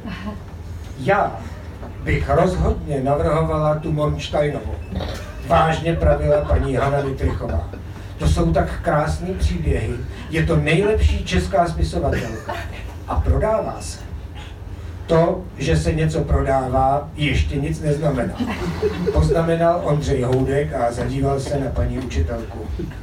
Já bych rozhodně navrhovala tu Monštejnovou. Vážně pravila paní Hana Dytrichová. To jsou tak krásný příběhy, je to nejlepší česká spisovatelka. A prodává se. To, že se něco prodává, ještě nic neznamená. Poznamenal Ondřej Houdek a zadíval se na paní učitelku.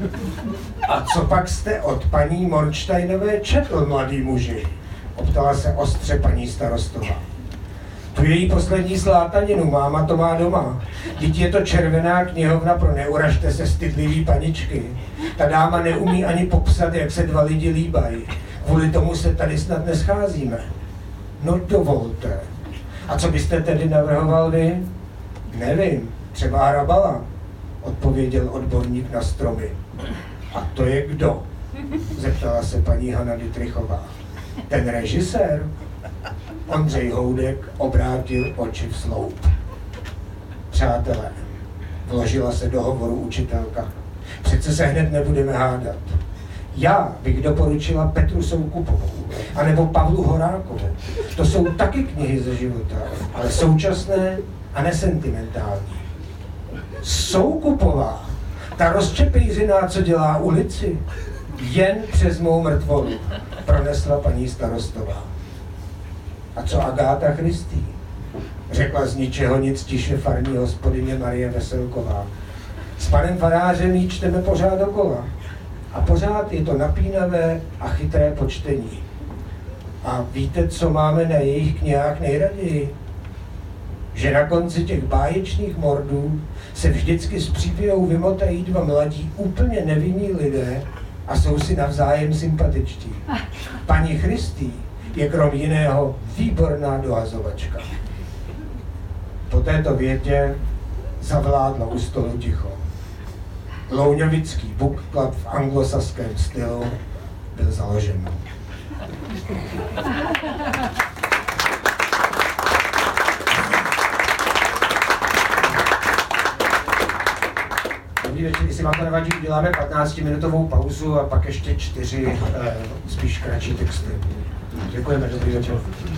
A co pak jste od paní Monštejnové četl, mladý muži? Optala se ostře paní starostová. Tu její poslední slátaninu, máma to má doma. Vždyť je to červená knihovna pro neuražte se stydlivý paničky. Ta dáma neumí ani popsat, jak se 2 lidi líbají. Kvůli tomu se tady snad nescházíme. No dovolte. A co byste tedy navrhoval vy? Nevím, třeba Hrabala, odpověděl odborník na stromy. A to je kdo? Zeptala se paní Hana Dytrichová. Ten režisér? Ondřej Houdek obrátil oči v sloup. Přátelé, vložila se do hovoru učitelka. Přece se hned nebudeme hádat. Já bych doporučila Petru Soukupovou, anebo Pavlu Horákovou. To jsou taky knihy ze života, ale současné a nesentimentální. Soukupová, ta rozčepejřiná, co dělá ulici, jen přes mou mrtvolu, pronesla paní starostová. A co Agáta Christy? Řekla z ničeho nic tiše farní hospodyně Marie Veselková. S panem farářem jí čteme pořád dokola. A pořád je to napínavé a chytré počtení. A víte, co máme na jejich knihách nejraději? Že na konci těch báječných mordů se vždycky s přípěvou vymotají dva mladí, úplně nevinní lidé a jsou si navzájem sympatičtí. Paní Christy je krom jiného výborná dohazovačka. Po této větě zavládlo u stolu ticho. Louňovický book club v anglosaském stylu byl založen. Dobrý večer, jestli vám to nevadí, uděláme 15-minutovou pauzu a pak ještě 4 spíš kratší texty. Děkujeme, dobrý večer.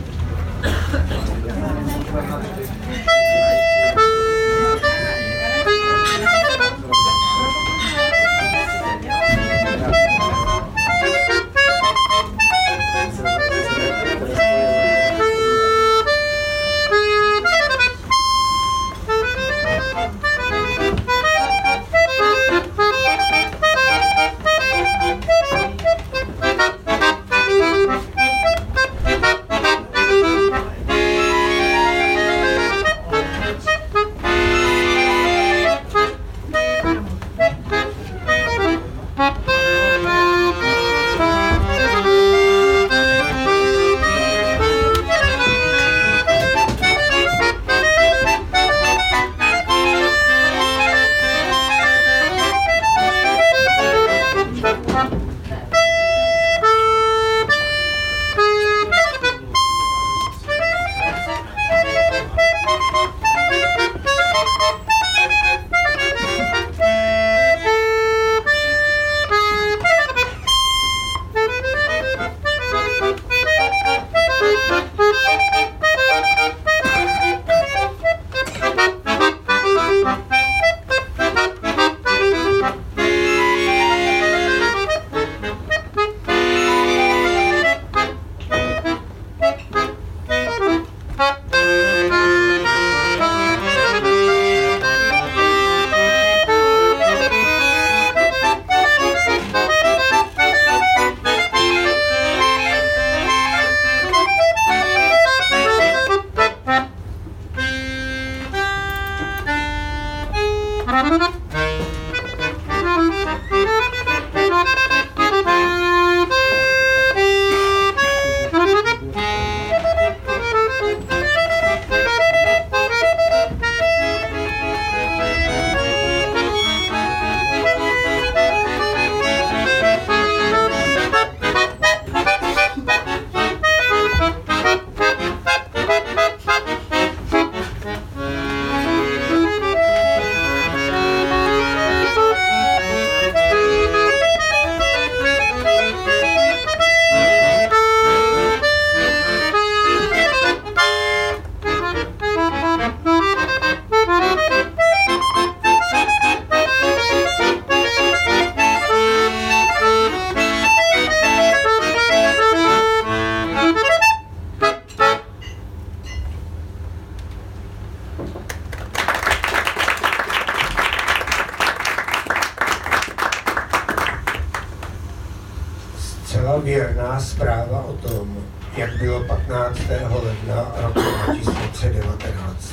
Věrná zpráva o tom, jak bylo 15. ledna roku 2019.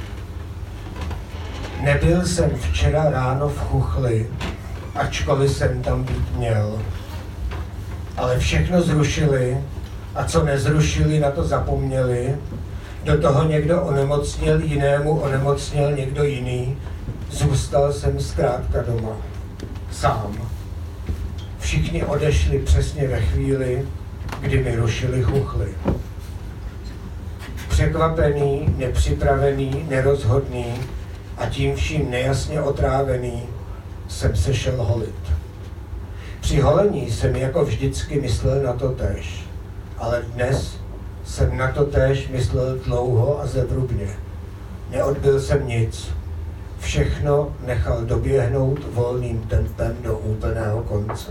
Nebyl jsem včera ráno v Chuchli, ačkoliv jsem tam být měl. Ale všechno zrušili a co nezrušili, na to zapomněli. Do toho někdo onemocněl, jinému onemocněl někdo jiný. Zůstal jsem zkrátka doma. Sám. Všichni odešli přesně ve chvíli, kdy mi rušili Chuchli. Překvapený, nepřipravený, nerozhodný a tím vším nejasně otrávený jsem se šel holit. Při holení jsem jako vždycky myslel na to též, ale dnes jsem na to též myslel dlouho a zevrubně. Neodbyl jsem nic. Všechno nechal doběhnout volným tempem do úplného konce.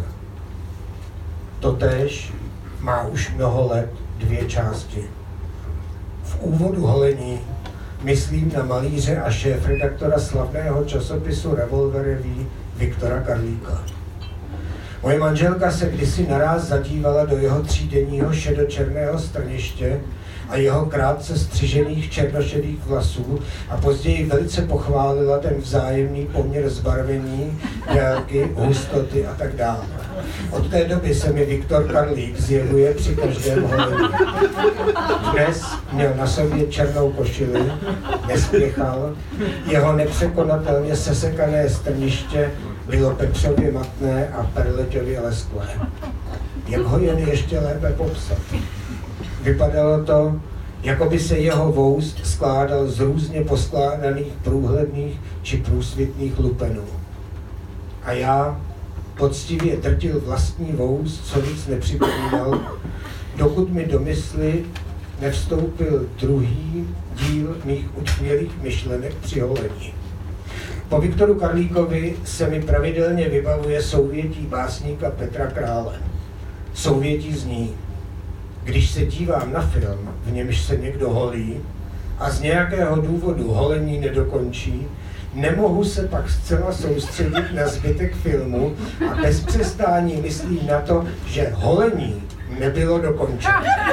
Totéž má už mnoho let dvě části. V úvodu holení myslím na malíře a šéfredaktora slavného časopisu Revolver Revue Viktora Karlíka. Moje manželka se kdysi naráz zadívala do jeho třídenního šedočerného strniště a jeho krátce střižených černošedých vlasů a později velice pochválila ten vzájemný poměr zbarvení, délky, hustoty a tak dále. Od té doby se mi Viktor Karlík zjevuje při každém holení. Dnes měl na sobě černou košili, nespěchal, jeho nepřekonatelně sesekané strniště bylo pepřově matné a perleťově lesklé. Jak ho jen ještě lépe popsat? Vypadalo to, jako by se jeho vous skládal z různě poskládaných průhledných či průsvitných lupenů. A já poctivě drtil vlastní vous, co víc nepřipomínal, dokud mi do mysli nevstoupil druhý díl mých utkvělých myšlenek při holení. Po Viktoru Karlíkovi se mi pravidelně vybavuje souvětí básníka Petra Krále. Souvětí zní: když se dívám na film, v němž se někdo holí a z nějakého důvodu holení nedokončí, nemohu se pak zcela soustředit na zbytek filmu a bez přestání myslím na to, že holení nebylo dokončeno.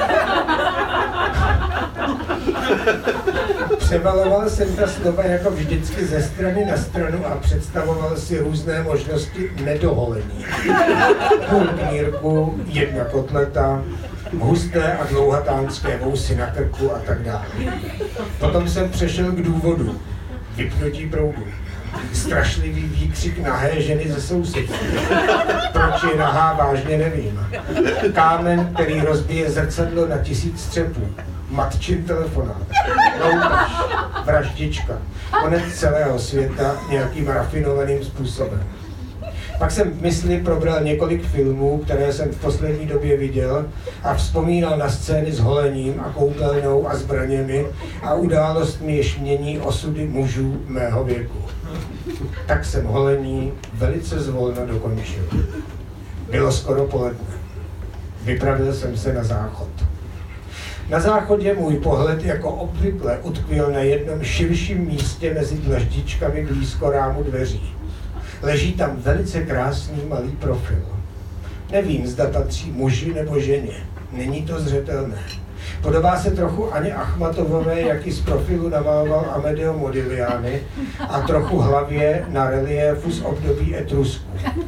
Převaloval jsem ta slova jako vždycky ze strany na stranu a představoval si různé možnosti nedoholení. Půl knírku, jedna kotleta, husté a dlouhatánské vousy na krku a tak dále. Potom jsem přešel k důvodu. Vypnutí proudu. Strašlivý výkřik nahé ženy ze sousedství. Proč je nahá, vážně nevím. Kámen, který rozbije zrcadlo na 1000 střepů. Matčin telefonát. Loupež. Vraždička. Konec celého světa nějakým rafinovaným způsobem. Pak jsem v mysli probral několik filmů, které jsem v poslední době viděl a vzpomínal na scény s holením a koupelnou a zbraněmi a událostmi, jež mění osudy mužů mého věku. Tak jsem holení velice zvolna dokončil. Bylo skoro poledne. Vypravil jsem se na záchod. Na záchodě můj pohled jako obvykle utkvěl na jednom širším místě mezi dlaždičkami blízko rámu dveří. Leží tam velice krásný malý profil. Nevím, zda patří muži nebo ženě. Není to zřetelné. Podobá se trochu Aně Achmatovové, jak z profilu namaloval Amedeo Modigliani, a trochu hlavě na reliéfu z období Etrusků.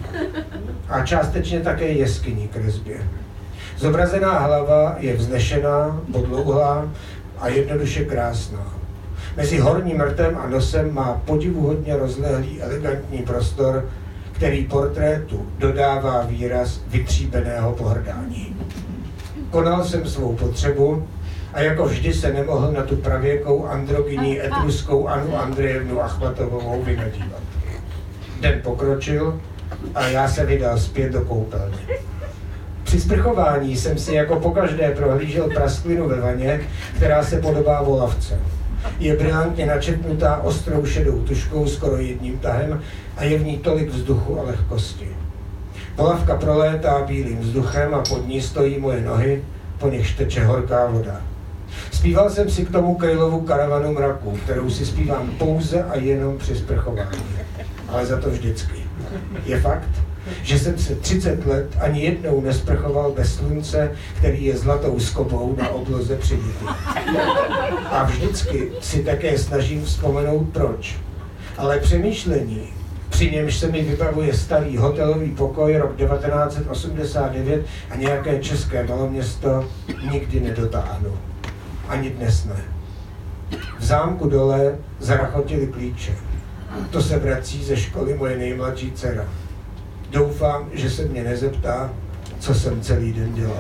A částečně také jeskyní kresbě. Zobrazená hlava je vznešená, podlouhlá a jednoduše krásná. Mezi horním rtem a nosem má podivuhodně rozlehlý elegantní prostor, který portrétu dodává výraz vytříbeného pohrdání. Konal jsem svou potřebu a jako vždy se nemohl na tu pravěkou androgyní etruskou Anu Andrejevnu Achmatovou vynadívat. Den pokročil a já se vydal zpět do koupelny. Při sprchování jsem si jako pokaždé prohlížel prasklinu ve vaně, která se podobá volavce. Je brilantně načetnutá ostrou šedou tužkou skoro jedním tahem a je v ní tolik vzduchu a lehkosti. Volavka prolétá bílým vzduchem a pod ní stojí moje nohy, po nichž teče horká voda. Zpíval jsem si k tomu Krylovu karavanu mraků, kterou si zpívám pouze a jenom při sprchování. Ale za to vždycky. Je fakt, že jsem se 30 let ani jednou nesprchoval bez slunce, který je zlatou skobou na obloze přibitý. A vždycky si také snažím vzpomenout proč. Ale přemýšlení, při němž se mi vybavuje starý hotelový pokoj rok 1989 a nějaké české maloměsto, nikdy nedotáhnu. Ani dnes ne. V zámku dole zarachotily klíče. To se vrací ze školy moje nejmladší dcera. Doufám, že se mě nezeptá, co jsem celý den dělal.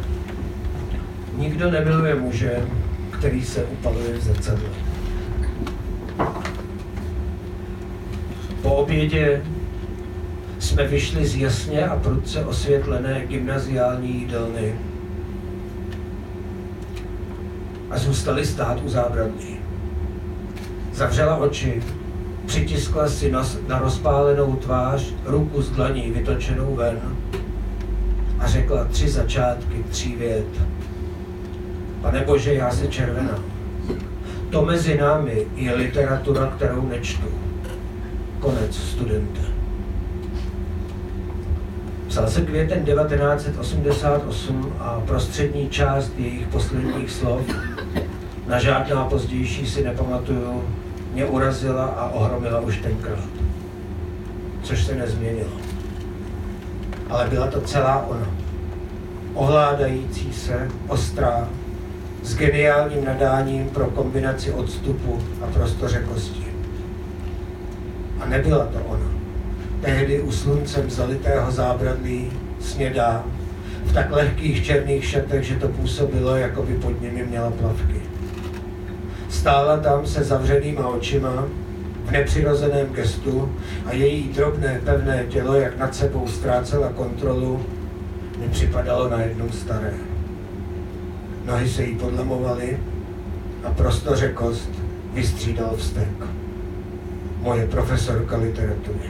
Nikdo nemiluje muže, který se upaluje v zrcadle. obědě jsme vyšli z jasně a prudce osvětlené gymnaziální jídelny a zůstali stát u zábradlí. Zavřela oči, přitiskla si na rozpálenou tvář ruku z dlaní vytočenou ven a řekla 3 začátky 3 vět. Pane Bože, já se červenám. To mezi námi je literatura, kterou nečtu. Konec, studente. Psal se květen 1988 a prostřední část jejich posledních slov, na žádná pozdější si nepamatuju, mě urazila a ohromila už tenkrát. Což se nezměnilo. Ale byla to celá ona. Ovládající se, ostrá, s geniálním nadáním pro kombinaci odstupu a prostořekosti. A nebyla to ona. Tehdy u sluncem zalitého zábradlí, snědá, v tak lehkých černých šatech, že to působilo, jako by pod nimi měla plavky. Stála tam se zavřenýma očima, v nepřirozeném gestu a její drobné, pevné tělo, jak nad sebou ztrácela kontrolu, mi připadalo najednou staré. Nohy se jí podlamovaly a prostořekost vystřídal vztek. Moje profesorka literatury.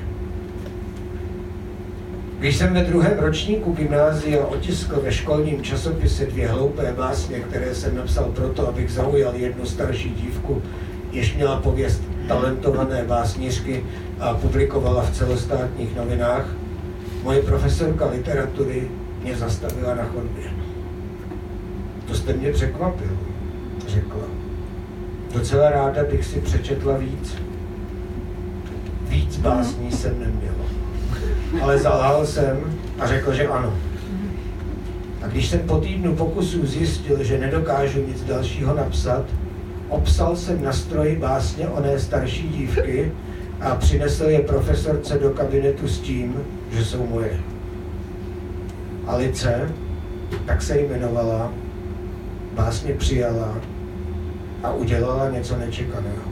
Když jsem ve 2. ročníku gymnázia otiskl ve školním časopise 2 hloupé básně, které jsem napsal proto, abych zaujal jednu starší dívku, jež měla pověst talentované básnířky a publikovala v celostátních novinách, moje profesorka literatury mě zastavila na chodbě. To jste mě překvapil, řekla. Docela ráda bych si přečetla víc. Víc básní jsem neměl. Ale zalhal jsem a řekl, že ano. A když jsem po týdnu pokusů zjistil, že nedokážu nic dalšího napsat, obsal jsem na stroji básně oné starší dívky a přinesl je profesorce do kabinetu s tím, že jsou moje. Alice, tak se jmenovala, básně přijala a udělala něco nečekaného.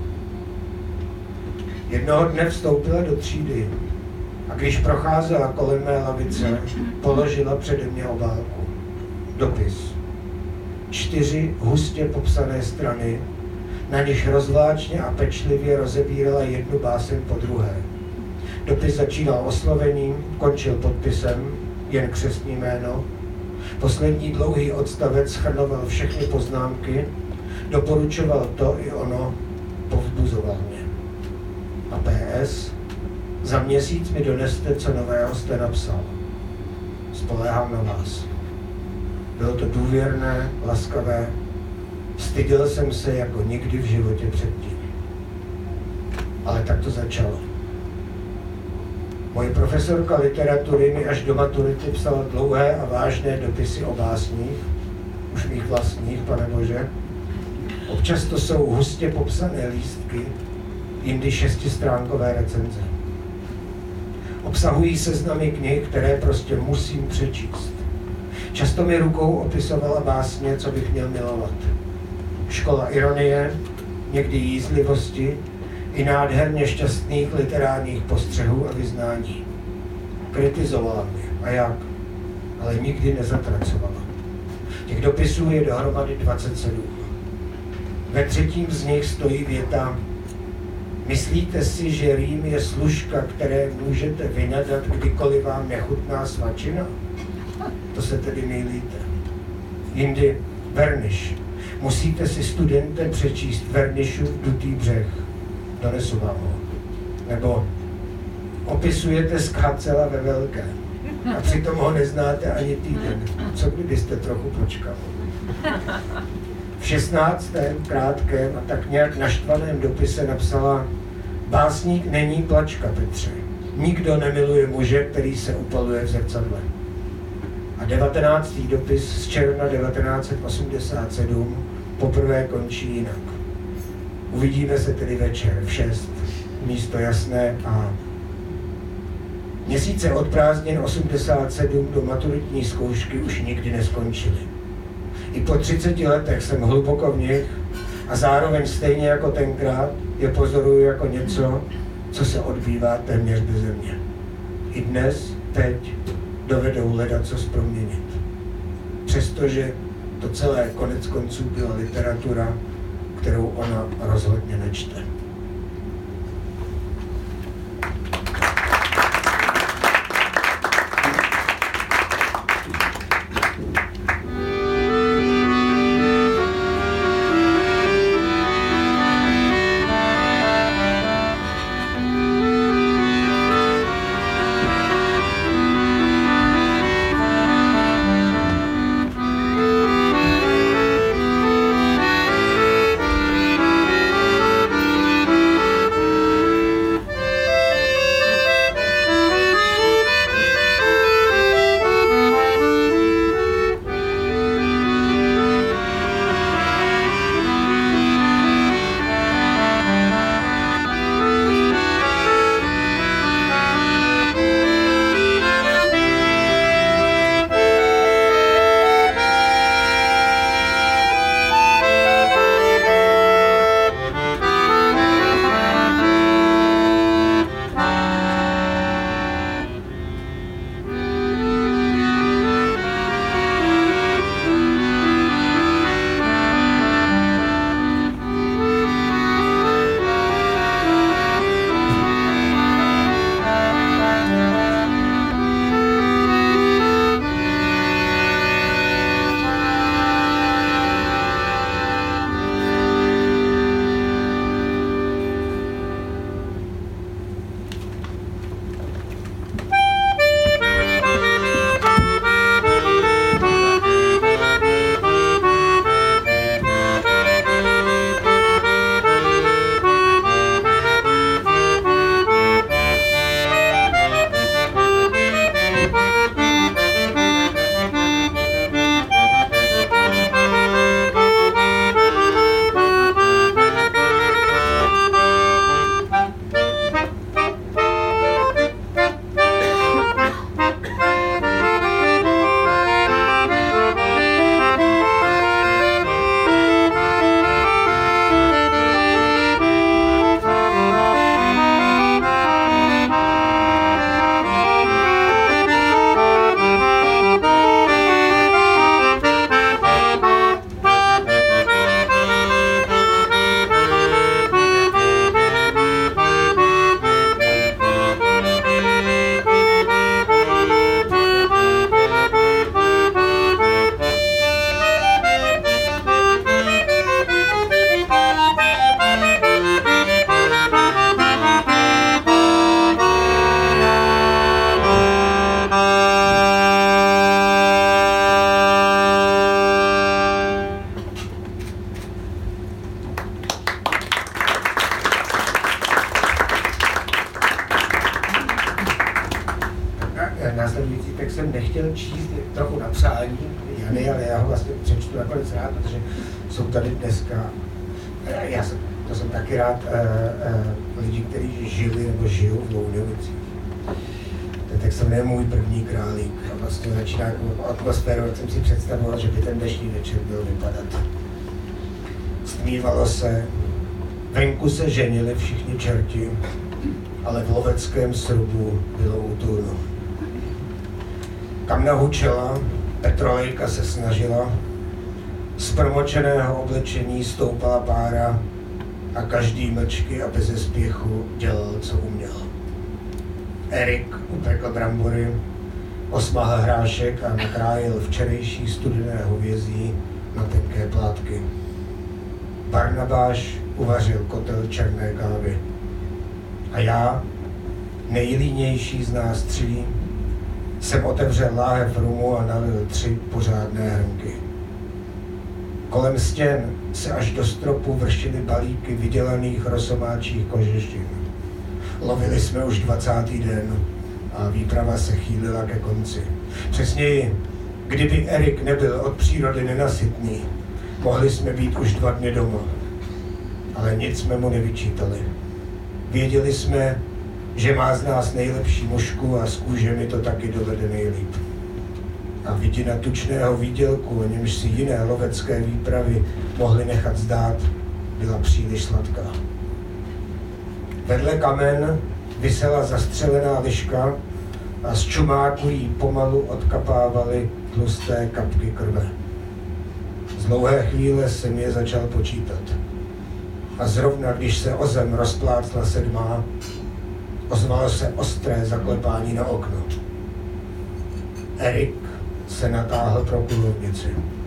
Jednoho dne vstoupila do třídy a když procházela kolem mé lavice, položila přede mě obálku. Dopis. 4 hustě popsané strany, na nichž rozvláčně a pečlivě rozebírala jednu báseň po druhé. Dopis začínal oslovením, končil podpisem, jen křestní jméno. Poslední dlouhý odstavec shrnoval všechny poznámky, doporučoval to i ono, povzbuzoval mě. A PS, za měsíc mi doneste, co nového jste napsal. Spoléhám na vás. Bylo to důvěrné, laskavé, styděl jsem se jako nikdy v životě předtím. Ale tak to začalo. Moje profesorka literatury mi až do maturity psala dlouhé a vážné dopisy o básních, už mých vlastních, pane Bože. Občas to jsou hustě popsané lístky, jindy 6stránkové recenze. Obsahují seznamy knih, které prostě musím přečíst. Často mi rukou opisovala básně, co bych měl milovat. Škola ironie, někdy jízlivosti, i nádherně šťastných literárních postřehů a vyznání. Kritizovala mě. A jak? Ale nikdy nezatracovala. Těch dopisů je dohromady 27. Ve 3. z nich stojí věta: myslíte si, že rým je služka, které můžete vynadat, kdykoliv vám nechutná svačina? To se tedy mýlíte. Jindy verniš. Musíte si, studente, přečíst Vernišův Dutý břeh. Donesu vám ho. Nebo opisujete Skácela ve velkém a přitom ho neznáte ani týden. Co kdybyste trochu počkal? V 16. krátkém a tak nějak naštvaném dopise napsala: básník není plačka, Petře. Nikdo nemiluje muže, který se upaluje v zrcadle. A 19. dopis z června 1987 poprvé končí jinak. Uvidíme se tedy večer v 6, místo jasné a měsíce od prázdnin 87 do maturitní zkoušky už nikdy neskončily. I po 30 letech jsem hluboko v nich a zároveň stejně jako tenkrát je pozoruju jako něco, co se odbývá téměř beze mě. I dnes, teď, dovedou ledacos proměnit. Přestože to celé konec konců byla literatura, kterou ona rozhodně nečte. Následující text jsem nechtěl číst, trochu na přání Jany, ale já ho vlastně přečtu nakonec rád, protože jsou tady dneska, to jsem taky rád, lidi, kteří žili nebo žijou v Louňovicích. Ten text se jmenuje Můj první králík a vlastně začíná jako atmosféru, jak jsem si představoval, že by ten dnešní večer byl vypadat. Stmívalo se, venku se ženili všichni čerti, ale v loveckém srubu bylo útulno. Kam nahučela, petrolejka se snažila, z promočeného oblečení stoupala pára a každý mlčky a beze spěchu dělal, co uměl. Erik upekl brambory, osmahl hrášek a nakrájel včerejší studené hovězí na tenké plátky. Barnabáš uvařil kotel černé kávy. A já, nejlínější z nás tří, jsem otevřel láhev rumu a nalil 3 pořádné hrnky. Kolem stěn se až do stropu vršily balíky vydělaných rosomáčích kožešin. Lovili jsme už 20. den a výprava se chýlila ke konci. Přesněji, kdyby Erik nebyl od přírody nenasytný, mohli jsme být už 2 dny doma. Ale nic jsme mu nevyčítali. Věděli jsme, že má z nás nejlepší mužku a s kůžemi to taky dovede nejlíp. A vidina tučného výdělku, o němž si jiné lovecké výpravy mohly nechat zdát, byla příliš sladká. Vedle kamen visela zastřelená liška a z čumáku jí pomalu odkapávaly tlusté kapky krve. Z dlouhé chvíle jsem je začal počítat. A zrovna když se o zem rozplácla sedmá, ozvalo se ostré zaklepání na okno. Erik se natáhl pro kulovnici.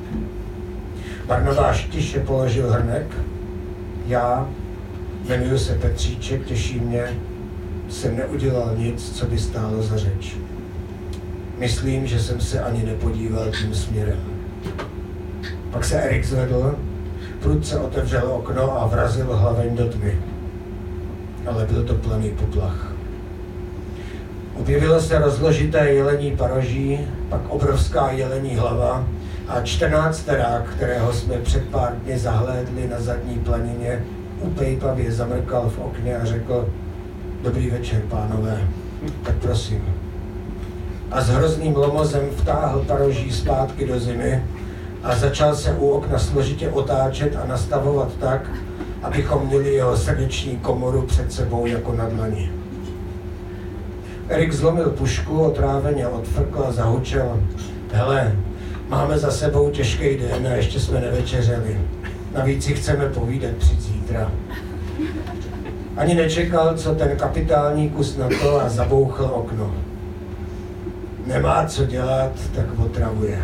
Barnabáš tiše položil hrnek. Já, jmenuji se Petříček, těší mě, jsem neudělal nic, co by stálo za řeč. Myslím, že jsem se ani nepodíval tím směrem. Pak se Erik zvedl, prudce otevřel okno a vrazil hlaveň do tmy. Ale byl to planý poplach. Objevilo se rozložité jelení paroží, pak obrovská jelení hlava a 14terák, kterého jsme před pár dny zahlédli na zadní planině, upejpavě zamrkal v okně a řekl: Dobrý večer, pánové, tak prosím. A s hrozným lomozem vtáhl paroží zpátky do zimy a začal se u okna složitě otáčet a nastavovat tak, abychom měli jeho srdeční komoru před sebou jako na dlani. Erik zlomil pušku, otráveně odfrkl a zahučel: Hele, máme za sebou těžký den a ještě jsme nevečeřeli. Navíc si chceme povídat přijít zítra. Ani nečekal, co ten kapitální kus na to a zabouchl okno. Nemá co dělat, tak otravuje.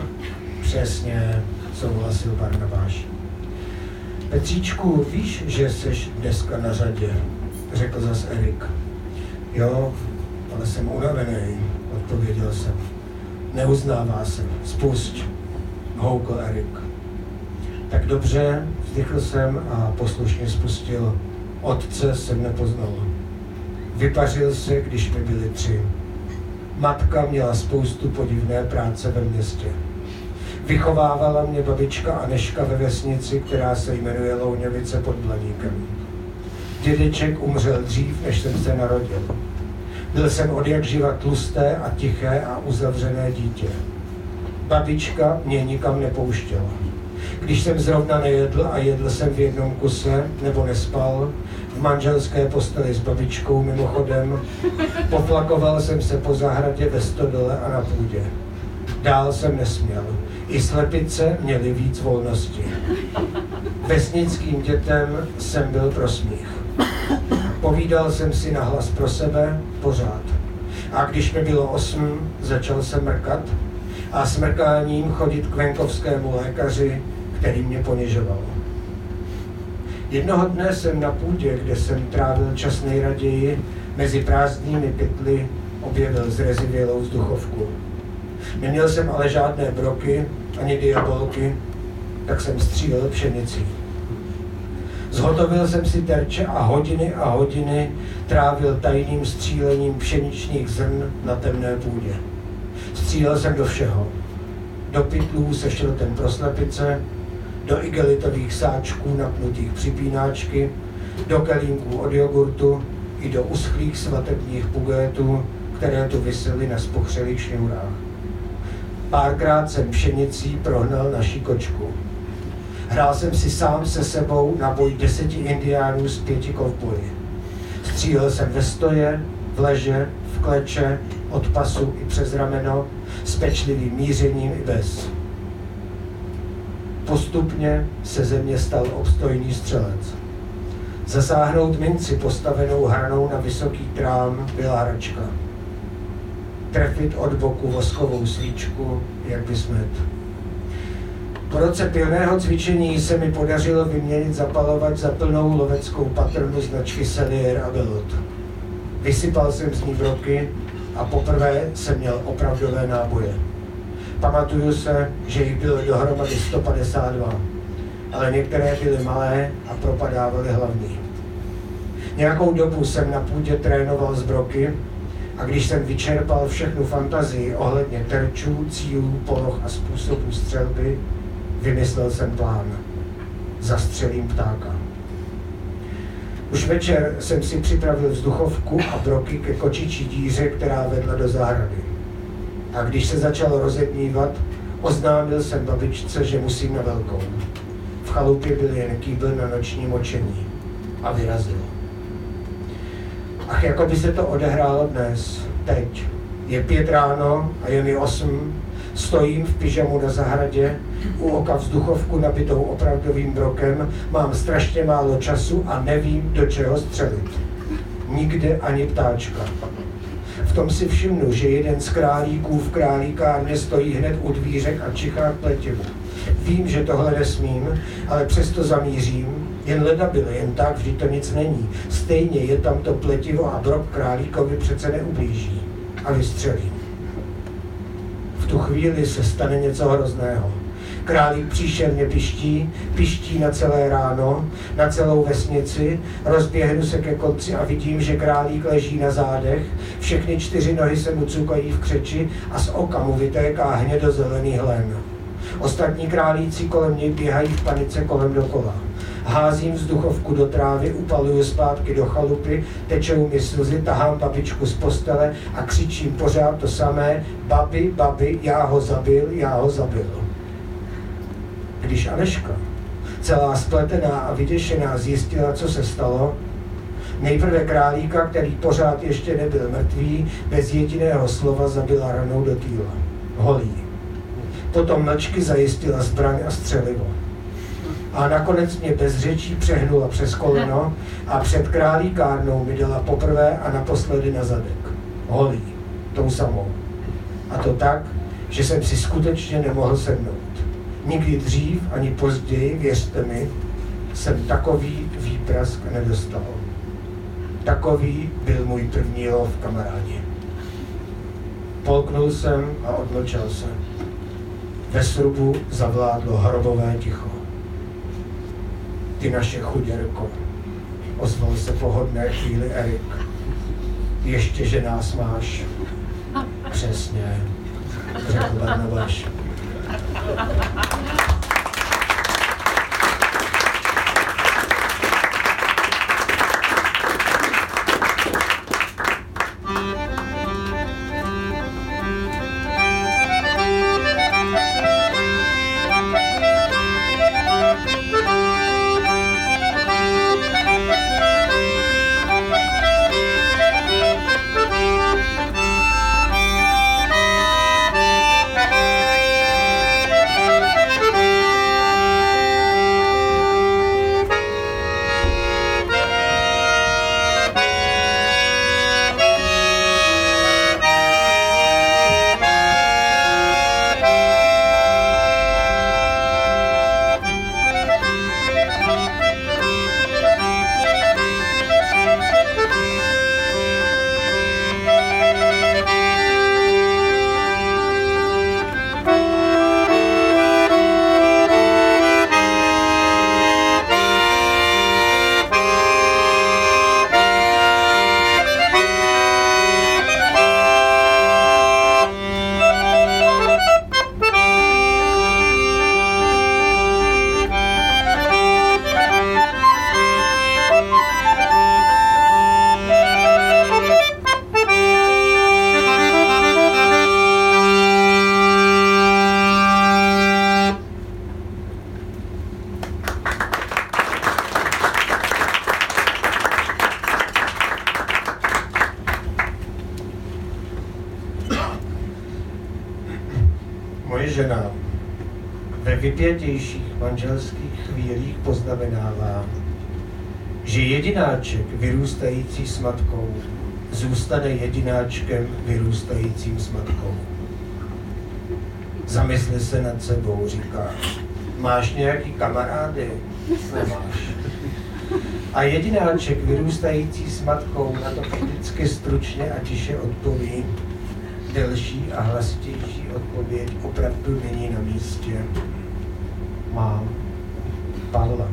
Přesně, souhlasil Barnabáš. Petříčku, víš, že jsi dneska na řadě, řekl zas Erik. Jo, ale jsem unavený, odpověděl jsem. Neuznává se, spusť, houkl Erik. Tak dobře, vzdychl jsem a poslušně spustil. Otce jsem nepoznal. Vypařil se, když mi byli 3. Matka měla spoustu podivné práce ve městě. Vychovávala mě babička Anežka ve vesnici, která se jmenuje Louňovice pod Blaníkem. Dědeček umřel dřív, než jsem se narodil. Byl jsem odjakživa tlusté a tiché a uzavřené dítě. Babička mě nikam nepouštěla. Když jsem zrovna nejedl a jedl jsem v jednom kuse, nebo nespal, v manželské posteli s babičkou mimochodem, poflakoval jsem se po zahradě ve stodole a na půdě. Dál jsem nesměl. I slepice měly víc volnosti. Vesnickým dětem jsem byl pro smích. Povídal jsem si nahlas pro sebe pořád. A když mi bylo 8, začal jsem mrkat a s mrkáním chodit k venkovskému lékaři, který mě ponižoval. Jednoho dne jsem na půdě, kde jsem trávil čas nejraději, mezi prázdnými pytly objevil zrezivělou vzduchovku. Neměl jsem ale žádné broky, ani diabolky, tak jsem střílel pšenici. Zhotovil jsem si terče a hodiny trávil tajným střílením pšeničních zrn na temné půdě. Střílel jsem do všeho. Do pytlů se šrotem pro slepice, do igelitových sáčků napnutých připínáčky, do kelímků od jogurtu i do uschlých svatebních pugétů, které tu visely na spuchřelých šňůrách. Párkrát jsem pšenicí prohnal naši kočku. Hrál jsem si sám se sebou na boj 10 indiánů s 5 kovboji. Střílel jsem ve stoje, v leže, v kleče, od pasu i přes rameno, s pečlivým mířením i bez. Postupně se ze mě stal obstojný střelec. Zasáhnout minci postavenou hranou na vysoký trám byla hračka. Trefit od boku voskovou svíčku, jak by smet. Po roce pilného cvičení se mi podařilo vyměnit zapalovač za plnou loveckou patrnu značky Sellier a Bellot. Vysypal jsem z ní broky a poprvé jsem měl opravdové náboje. Pamatuju se, že jich bylo dohromady 152, ale některé byly malé a propadávaly hlavní. Nějakou dobu jsem na půdě trénoval z broky a když jsem vyčerpal všechnu fantazii ohledně terčů, cílů, poloh a způsobů střelby, vymyslel jsem plán. Zastřelím ptáka. Už večer jsem si připravil vzduchovku a broky ke kočičí díře, která vedla do zahrady. A když se začal rozednívat, oznámil jsem babičce, že musím na velkou. V chalupě byl jen kýbl na noční močení. A vyrazil. Ach, jako by se to odehrálo dnes, teď. Je 5 ráno a je mi 8. Stojím v pyžamu na zahradě, u oka vzduchovku nabitou opravdovým brokem, mám strašně málo času a nevím, do čeho střelit. Nikde ani ptáčka. V tom si všimnu, že jeden z králíků v králíkárně stojí hned u dvířek a čichá k pletivu. Vím, že tohle nesmím, ale přesto zamířím, jen ledabil, jen tak, vždyť to nic není. Stejně je tam to pletivo a brok králíkovi přece neublíží. A vystřelím. V tu chvíli se stane něco hrozného. Králík příšerně piští na celé ráno, na celou vesnici, rozběhnu se ke konci a vidím, že králík leží na zádech, všechny 4 nohy se mu cukají v křeči a z oka mu vytéká hnědozelený hlen. Ostatní králíci kolem něj běhají v panice kolem dokola. Házím vzduchovku do trávy, upaluju zpátky do chalupy, tečou mi slzy, tahám babičku z postele a křičím pořád to samé: babi, babi, já ho zabil. Když Aneška, celá spletená a vyděšená, zjistila, co se stalo, nejprve králíka, který pořád ještě nebyl mrtvý, bez jediného slova zabila ranou do týla. Holý. Potom mlčky zajistila zbraň a střelivo. A nakonec mě bez řečí přehnula přes koleno a před králíkárnou mi dala poprvé a naposledy na zadek. Holý. Tou samou. A to tak, že jsem si skutečně nemohl sednout. Nikdy dřív ani později, věřte mi, jsem takový výprask nedostal. Takový byl můj první lov, kamarádi. Polknul jsem a odmlčel jsem. Ve srubu zavládlo hrobové ticho. Ty naše chuděrko, ozval se po hodné chvíli Erik. Ještě, že nás máš. Přesně, řekl Barnabáš. Moje žena ve vypětějších manželských chvílích poznamenává, že jedináček vyrůstající s matkou zůstane jedináčkem vyrůstajícím s matkou. Zamysli se nad sebou, říká. Máš nějaký kamarády? Nemáš. A jedináček vyrůstající s matkou na to vždycky stručně a tiše odpoví. Delší a hlasitější odpověď opravdu není na místě. Mám. Padla.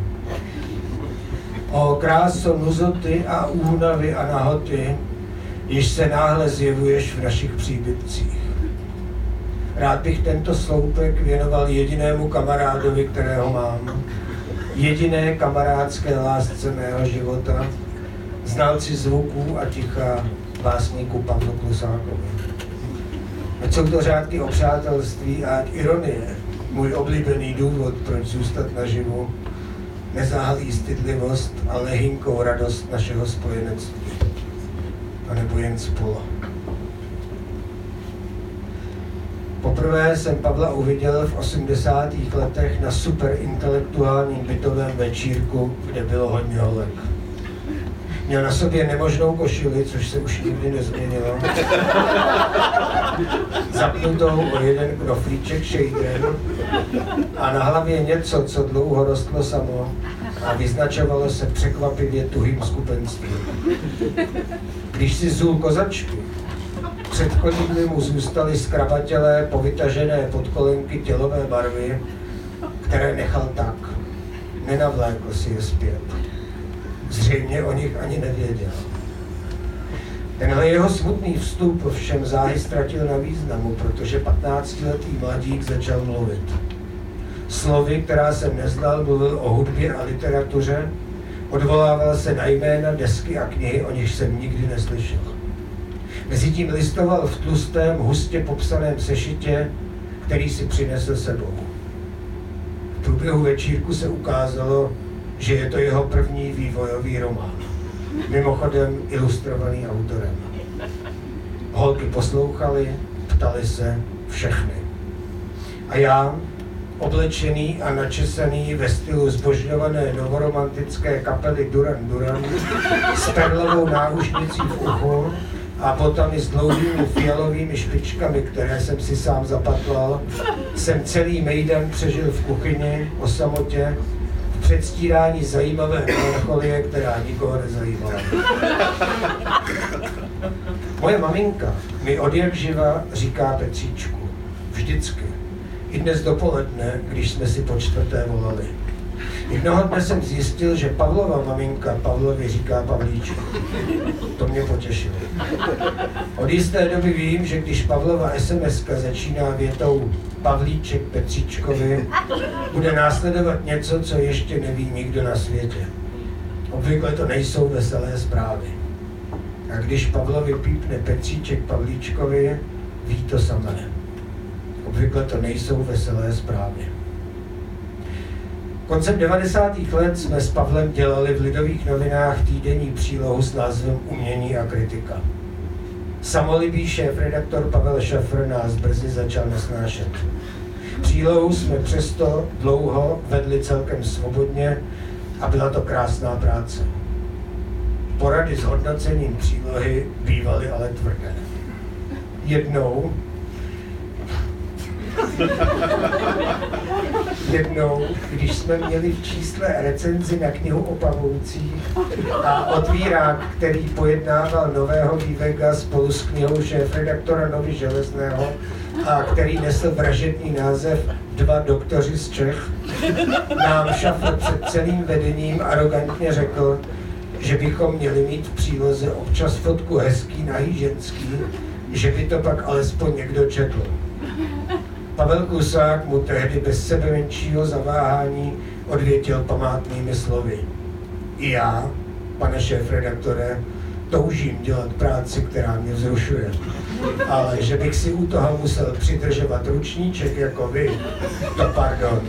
O kráso nuzoty a únavy a nahoty, již se náhle zjevuješ v našich příbytcích. Rád bych tento sloupek věnoval jedinému kamarádovi, kterého mám. Jediné kamarádské lásce mého života, znalci zvuků a ticha básníku Pavlu Klusákovi. Ať jsou to řádky o přátelství a ať ironie, můj oblíbený důvod, proč zůstat naživu, nezahalí stydlivost a lehynkou radost našeho spojenectví. anebo jen spolu. Poprvé jsem Pavla uviděl v 80. letech na superintelektuálním bytovém večírku, kde bylo hodně holek. Měl na sobě nemožnou košili, což se už nikdy nezměnilo. Zapnutou o jeden knoflíček šejdrem a na hlavě něco, co dlouho rostlo samo a vyznačovalo se překvapivě tuhým skupenstvím. Když si zul kozačky, před chodidly mu zůstaly zkrabatělé, povytažené podkolenky tělové barvy, které nechal tak. Nenavlékl si je zpět. Zřejmě o nich ani nevěděl. Tenhle jeho smutný vstup ovšem záhy ztratil na významu, protože 15letý mladík začal mluvit. Slovy, která jsem neznal, mluvil o hudbě a literatuře, odvolával se na jména, desky a knihy, o nich jsem nikdy neslyšel. Mezitím listoval v tlustém, hustě popsaném sešitě, který si přinesl sebou. V průběhu večírku se ukázalo, že je to jeho první vývojový román. Mimochodem ilustrovaný autorem. Holky poslouchaly, ptali se všechny. A já, oblečený a načesaný ve stylu zbožňované novoromantické kapely Duran Duran, s perlovou náušnicí v uchu a botami s dlouhými fialovými špičkami, které jsem si sám zapatlal, jsem celý mejdan přežil v kuchyni o samotě, v předstírání zajímavé melancholie, která nikoho nezajímala. Moje maminka mi odjakživa říká Petříčku. Vždycky. I dnes dopoledne, když jsme si po čtvrté volali. Jednoho dne jsem zjistil, že Pavlova maminka Pavlovi říká Pavlíčku. To mě potěšilo. Od jisté doby vím, že když Pavlova SMS-ka začíná větou Pavlíček Petříčkovi, bude následovat něco, co ještě neví nikdo na světě. Obvykle to nejsou veselé zprávy. A když Pavlovi pípne Petříček Pavlíčkovi, ví to samé. Obvykle to nejsou veselé zprávy. Koncem 90. let jsme s Pavlem dělali v Lidových novinách týdenní přílohu s názvem Umění a kritika. Samolibý šéfredaktor Pavel Šafr nás brzy začal nesnášet. Přílohu jsme přesto dlouho vedli celkem svobodně a byla to krásná práce. Porady s hodnocením přílohy bývaly ale tvrdé. Jednou, když jsme měli v čísle recenzi na knihu o pavoucích a otvírák, který pojednával nového Vývega spolu s knihou šéfredaktora Novy Železného a který nesl vražedný název Dva doktoři z Čech, nám Šafr před celým vedením arrogantně řekl, že bychom měli mít v příloze občas fotku hezký, nahý ženský, že by to pak alespoň někdo četl. Pavel Klusák mu tehdy bez sebe menšího zaváhání odvětil památnými slovy. I já, pane šéfredaktore, toužím dělat práci, která mě vzrušuje. Ale že bych si u toho musel přidržovat ručníček jako vy, to pardon.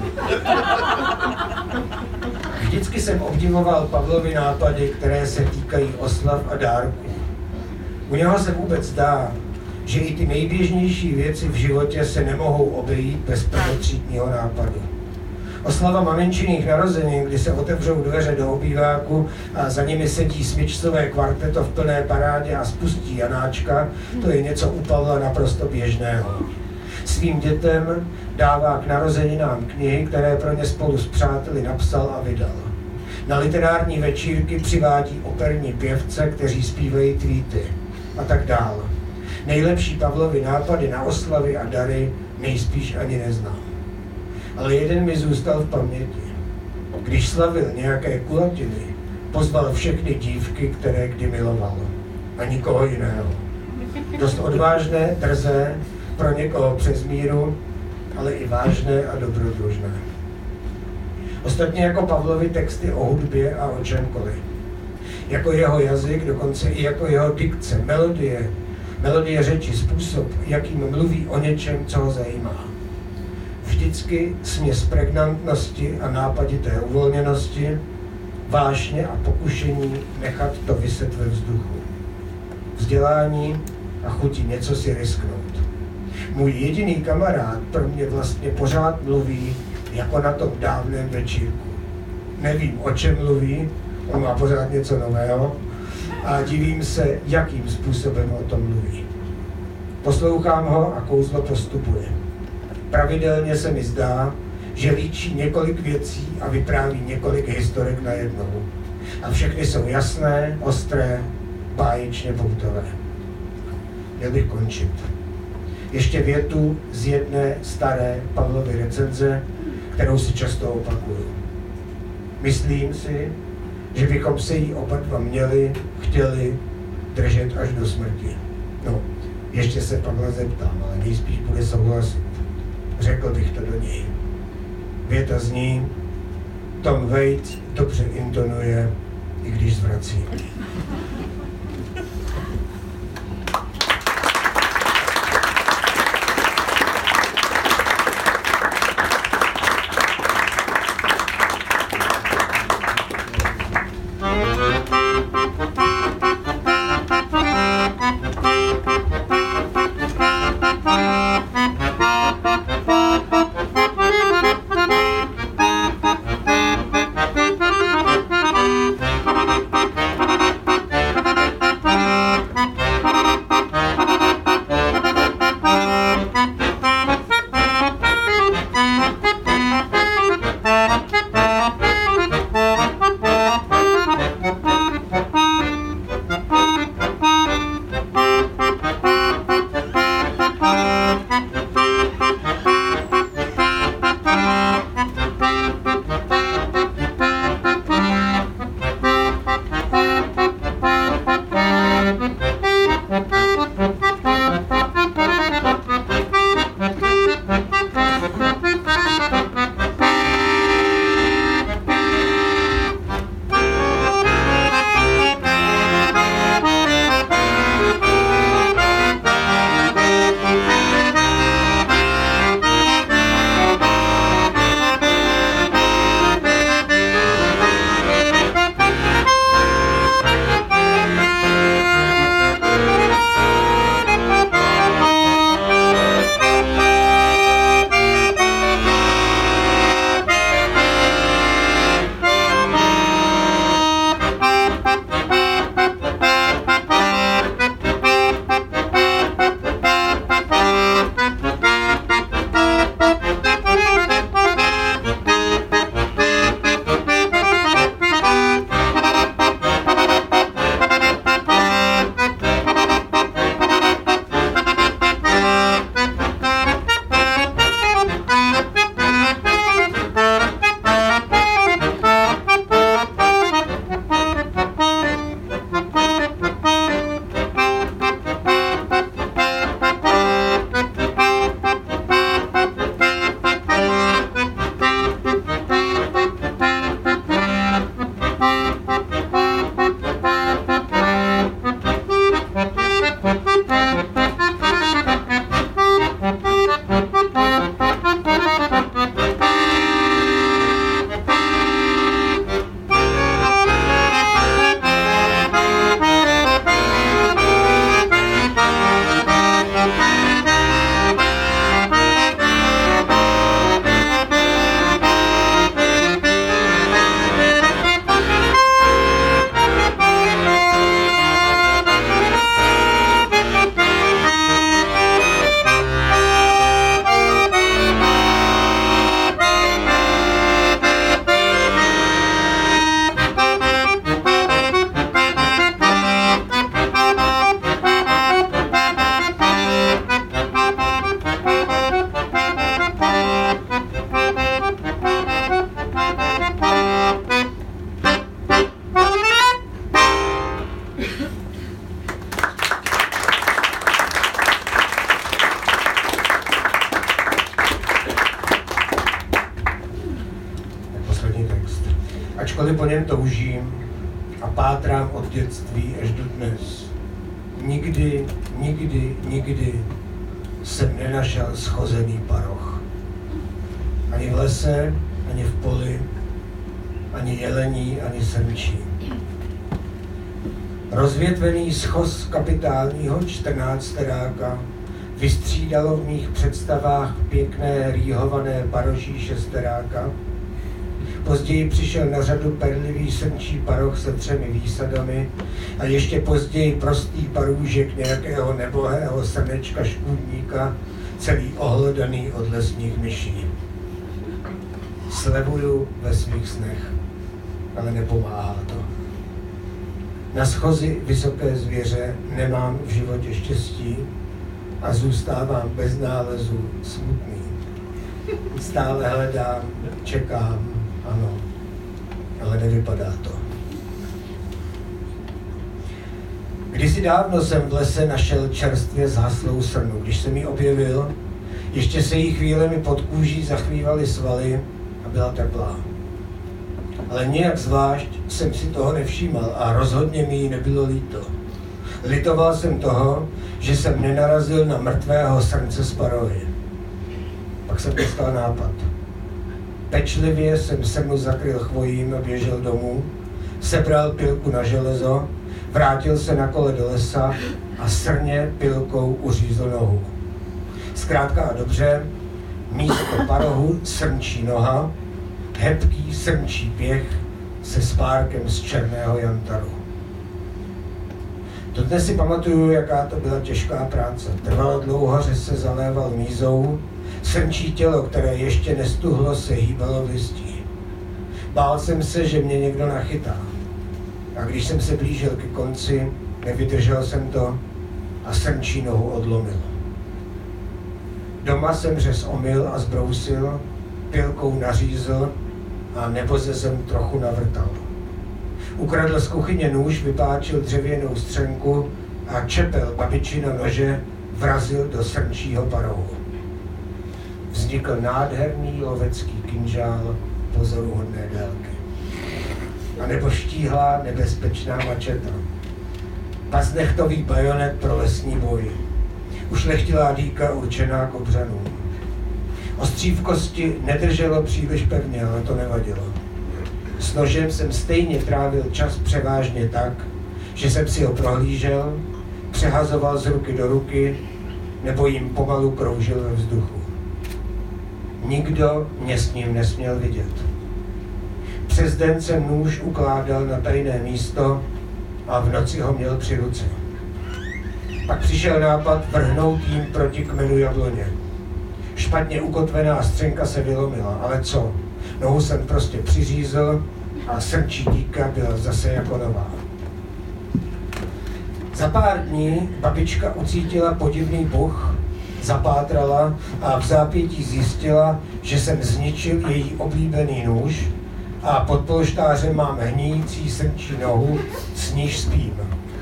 Vždycky jsem obdivoval Pavlovy nápady, které se týkají oslav a dárků. U něho se vůbec zdá, že i ty nejběžnější věci v životě se nemohou obejít bez prvotřídního nápadu. Oslava maminčiných narozenin, kdy se otevřou dveře do obýváku a za nimi sedí smyčcové kvarteto v plné parádě a spustí Janáčka, to je něco u Pavla naprosto běžného. Svým dětem dává k narozeninám knihy, které pro ně spolu s přáteli napsal a vydal. Na literární večírky přivádí operní pěvce, kteří zpívají tweety a tak dále. Nejlepší Pavlovy nápady na oslavy a dary nejspíš ani neznám. Ale jeden mi zůstal v paměti. Když slavil nějaké kulatiny, pozval všechny dívky, které kdy miloval. A nikoho jiného. Dost odvážné, drzé, pro někoho přes míru, ale i vážné a dobrodružné. Ostatně jako Pavlovy texty o hudbě a o čemkoliv. Jako jeho jazyk, dokonce i jako jeho dikce, melodie řeči, způsob, jakým mluví o něčem, co ho zajímá. Vždycky směs pregnantnosti a nápadité uvolněnosti, vášně a pokušení nechat to viset ve vzduchu. vzdělání a chuti něco si risknout. Můj jediný kamarád pro mě vlastně pořád mluví jako na tom dávném večírku. Nevím, o čem mluví, on má pořád něco nového a divím se, jakým způsobem o tom mluví. Poslouchám ho a kouzlo postupuje. Pravidelně se mi zdá, že líčí několik věcí a vypráví několik historek najednou. A všechny jsou jasné, ostré, báječně poutavé. Měl bych končit. Ještě větu z jedné staré Pavlovy recenze, kterou si často opakuju. Myslím si, že bychom se jí oba dva chtěli držet až do smrti. No, ještě se Pavla zeptám, ale nejspíš bude souhlasit. Řekl bych to do něj. Věta zní, Tom Waits dobře intonuje, i když zvrací. ačkoliv po něm toužím a pátrám od dětství až do dnes. Nikdy jsem nenašel schozený paroch. Ani v lese, ani v poli, ani jelení, ani srnčí. Rozvětvený schoz kapitálního 14 vystřídalo v mých představách pěkné rýhované paroží 6. Později přišel na řadu perlivý srnčí paroh se 3 výsadami a ještě později prostý parůžek nějakého nebohého srnečka škůdníka, celý ohlodaný od lesních myší. Slevuju ve svých snech, ale nepomáhá to. Na schozi vysoké zvěře nemám v životě štěstí a zůstávám bez nálezu smutný. Stále hledám, čekám, ano, ale nevypadá to. Kdysi dávno jsem v lese našel čerstvě zhaslou srnu. Když jsem ji objevil, ještě se jí chvílemi pod kůží zachvívaly svaly a byla teplá. Ale nějak zvlášť jsem si toho nevšímal a rozhodně mi jí nebylo líto. Litoval jsem toho, že jsem nenarazil na mrtvého srnce z parohy. Pak jsem dostal nápad. Pečlivě jsem srnu zakryl chvojím a běžel domů, sebral pilku na železo, vrátil se na kole do lesa a srně pilkou uřízl nohu. Zkrátka a dobře, místo parohu srnčí noha, hebký srnčí běh se spárkem z černého jantaru. Dodnes si pamatuju, jaká to byla těžká práce. Trvalo dlouho, že se zaléval mízou, srnčí tělo, které ještě nestuhlo, se hýbalo v listí. Bál jsem se, že mě někdo nachytá. A když jsem se blížil ke konci, nevydržel jsem to a srnčí nohu odlomil. Doma jsem řez omyl a zbrousil, pilkou nařízl a nebo se zem trochu navrtal. Ukradl z kuchyně nůž, vypáčil dřevěnou střenku a čepel babičina nože vrazil do srnčího parohu. Vznikl nádherný lovecký kinžál pozoruhodné délky. A nebo štíhlá nebezpečná mačeta. Paznechtový bajonet pro lesní boj. Ušlechtilá dýka určená k obřanům. Ostří v kosti nedrželo příliš pevně, ale to nevadilo. S nožem jsem stejně trávil čas převážně tak, že jsem si ho prohlížel, přehazoval z ruky do ruky, nebo jim pomalu kroužil ve vzduchu. Nikdo mě s ním nesměl vidět. Přes den jsem nůž ukládal na tajné místo a v noci ho měl při ruce. Pak přišel nápad vrhnout jím proti kmenu jabloně. Špatně ukotvená střenka se vylomila, ale co? Nohu jsem prostě přiřízl a srnčí díka byla zase jako nová. Za pár dní babička ucítila podivný puch, zapátrala a v zápětí zjistila, že jsem zničil její oblíbený nůž a pod polštářem mám hníjící srnčí nohu, s níž spím.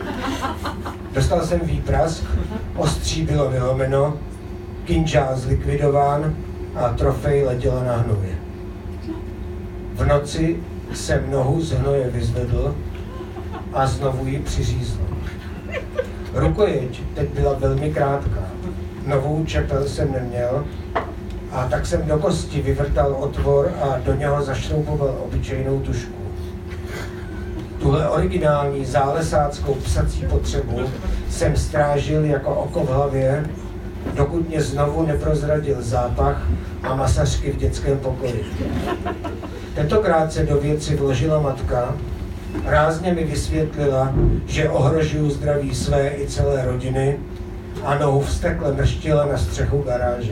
Dostal jsem výprask, ostří bylo vylomeno, kinžál zlikvidován a trofej letěla na hnůj. V noci jsem nohu z hnoje vyzvedl a znovu ji přiřízl. Rukojeť teď byla velmi krátká. Novou čepel jsem neměl a tak jsem do kosti vyvrtal otvor a do něho zašrouboval obyčejnou tužku. Tuhle originální zálesáckou psací potřebu jsem strážil jako oko v hlavě, dokud mě znovu neprozradil zápach a masažky v dětském pokoji. Tentokrát se do věci vložila matka, rázně mi vysvětlila, že ohrožuju zdraví své i celé rodiny a nohu vztekle mrštila na střechu garáže.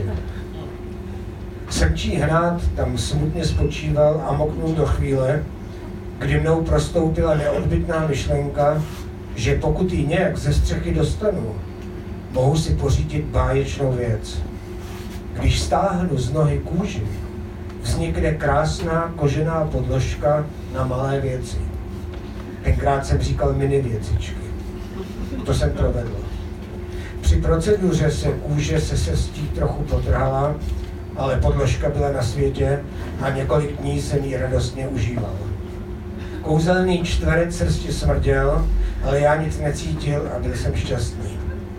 Srnčí hnát tam smutně spočíval a moknul do chvíle, kdy mnou prostoupila neodbytná myšlenka, že pokud ji nějak ze střechy dostanu, mohu si pořídit báječnou věc. Když stáhnu z nohy kůži, vznikne krásná kožená podložka na malé věci. Tenkrát jsem říkal mini věcičky. To jsem provedl. Při proceduře se kůže se srstí trochu potrhala, ale podložka byla na světě a několik dní jsem ji radostně užíval. Kouzelný čtverec srsti smrděl, ale já nic necítil a byl jsem šťastný.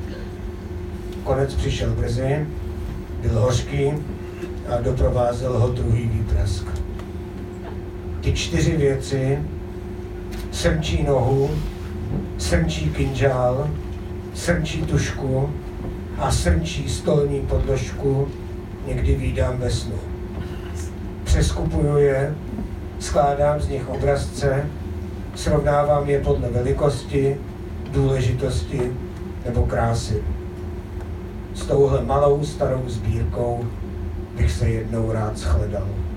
Konec přišel brzy, byl hořký a doprovázel ho druhý výprask. Ty 4 věci, srnčí nohu, Srnčí kinžál, srnčí tušku a srnčí stolní podložku někdy vídám ve snu. Přeskupuju je, skládám z nich obrazce, srovnávám je podle velikosti, důležitosti nebo krásy. S touhle malou starou sbírkou bych se jednou rád shledal.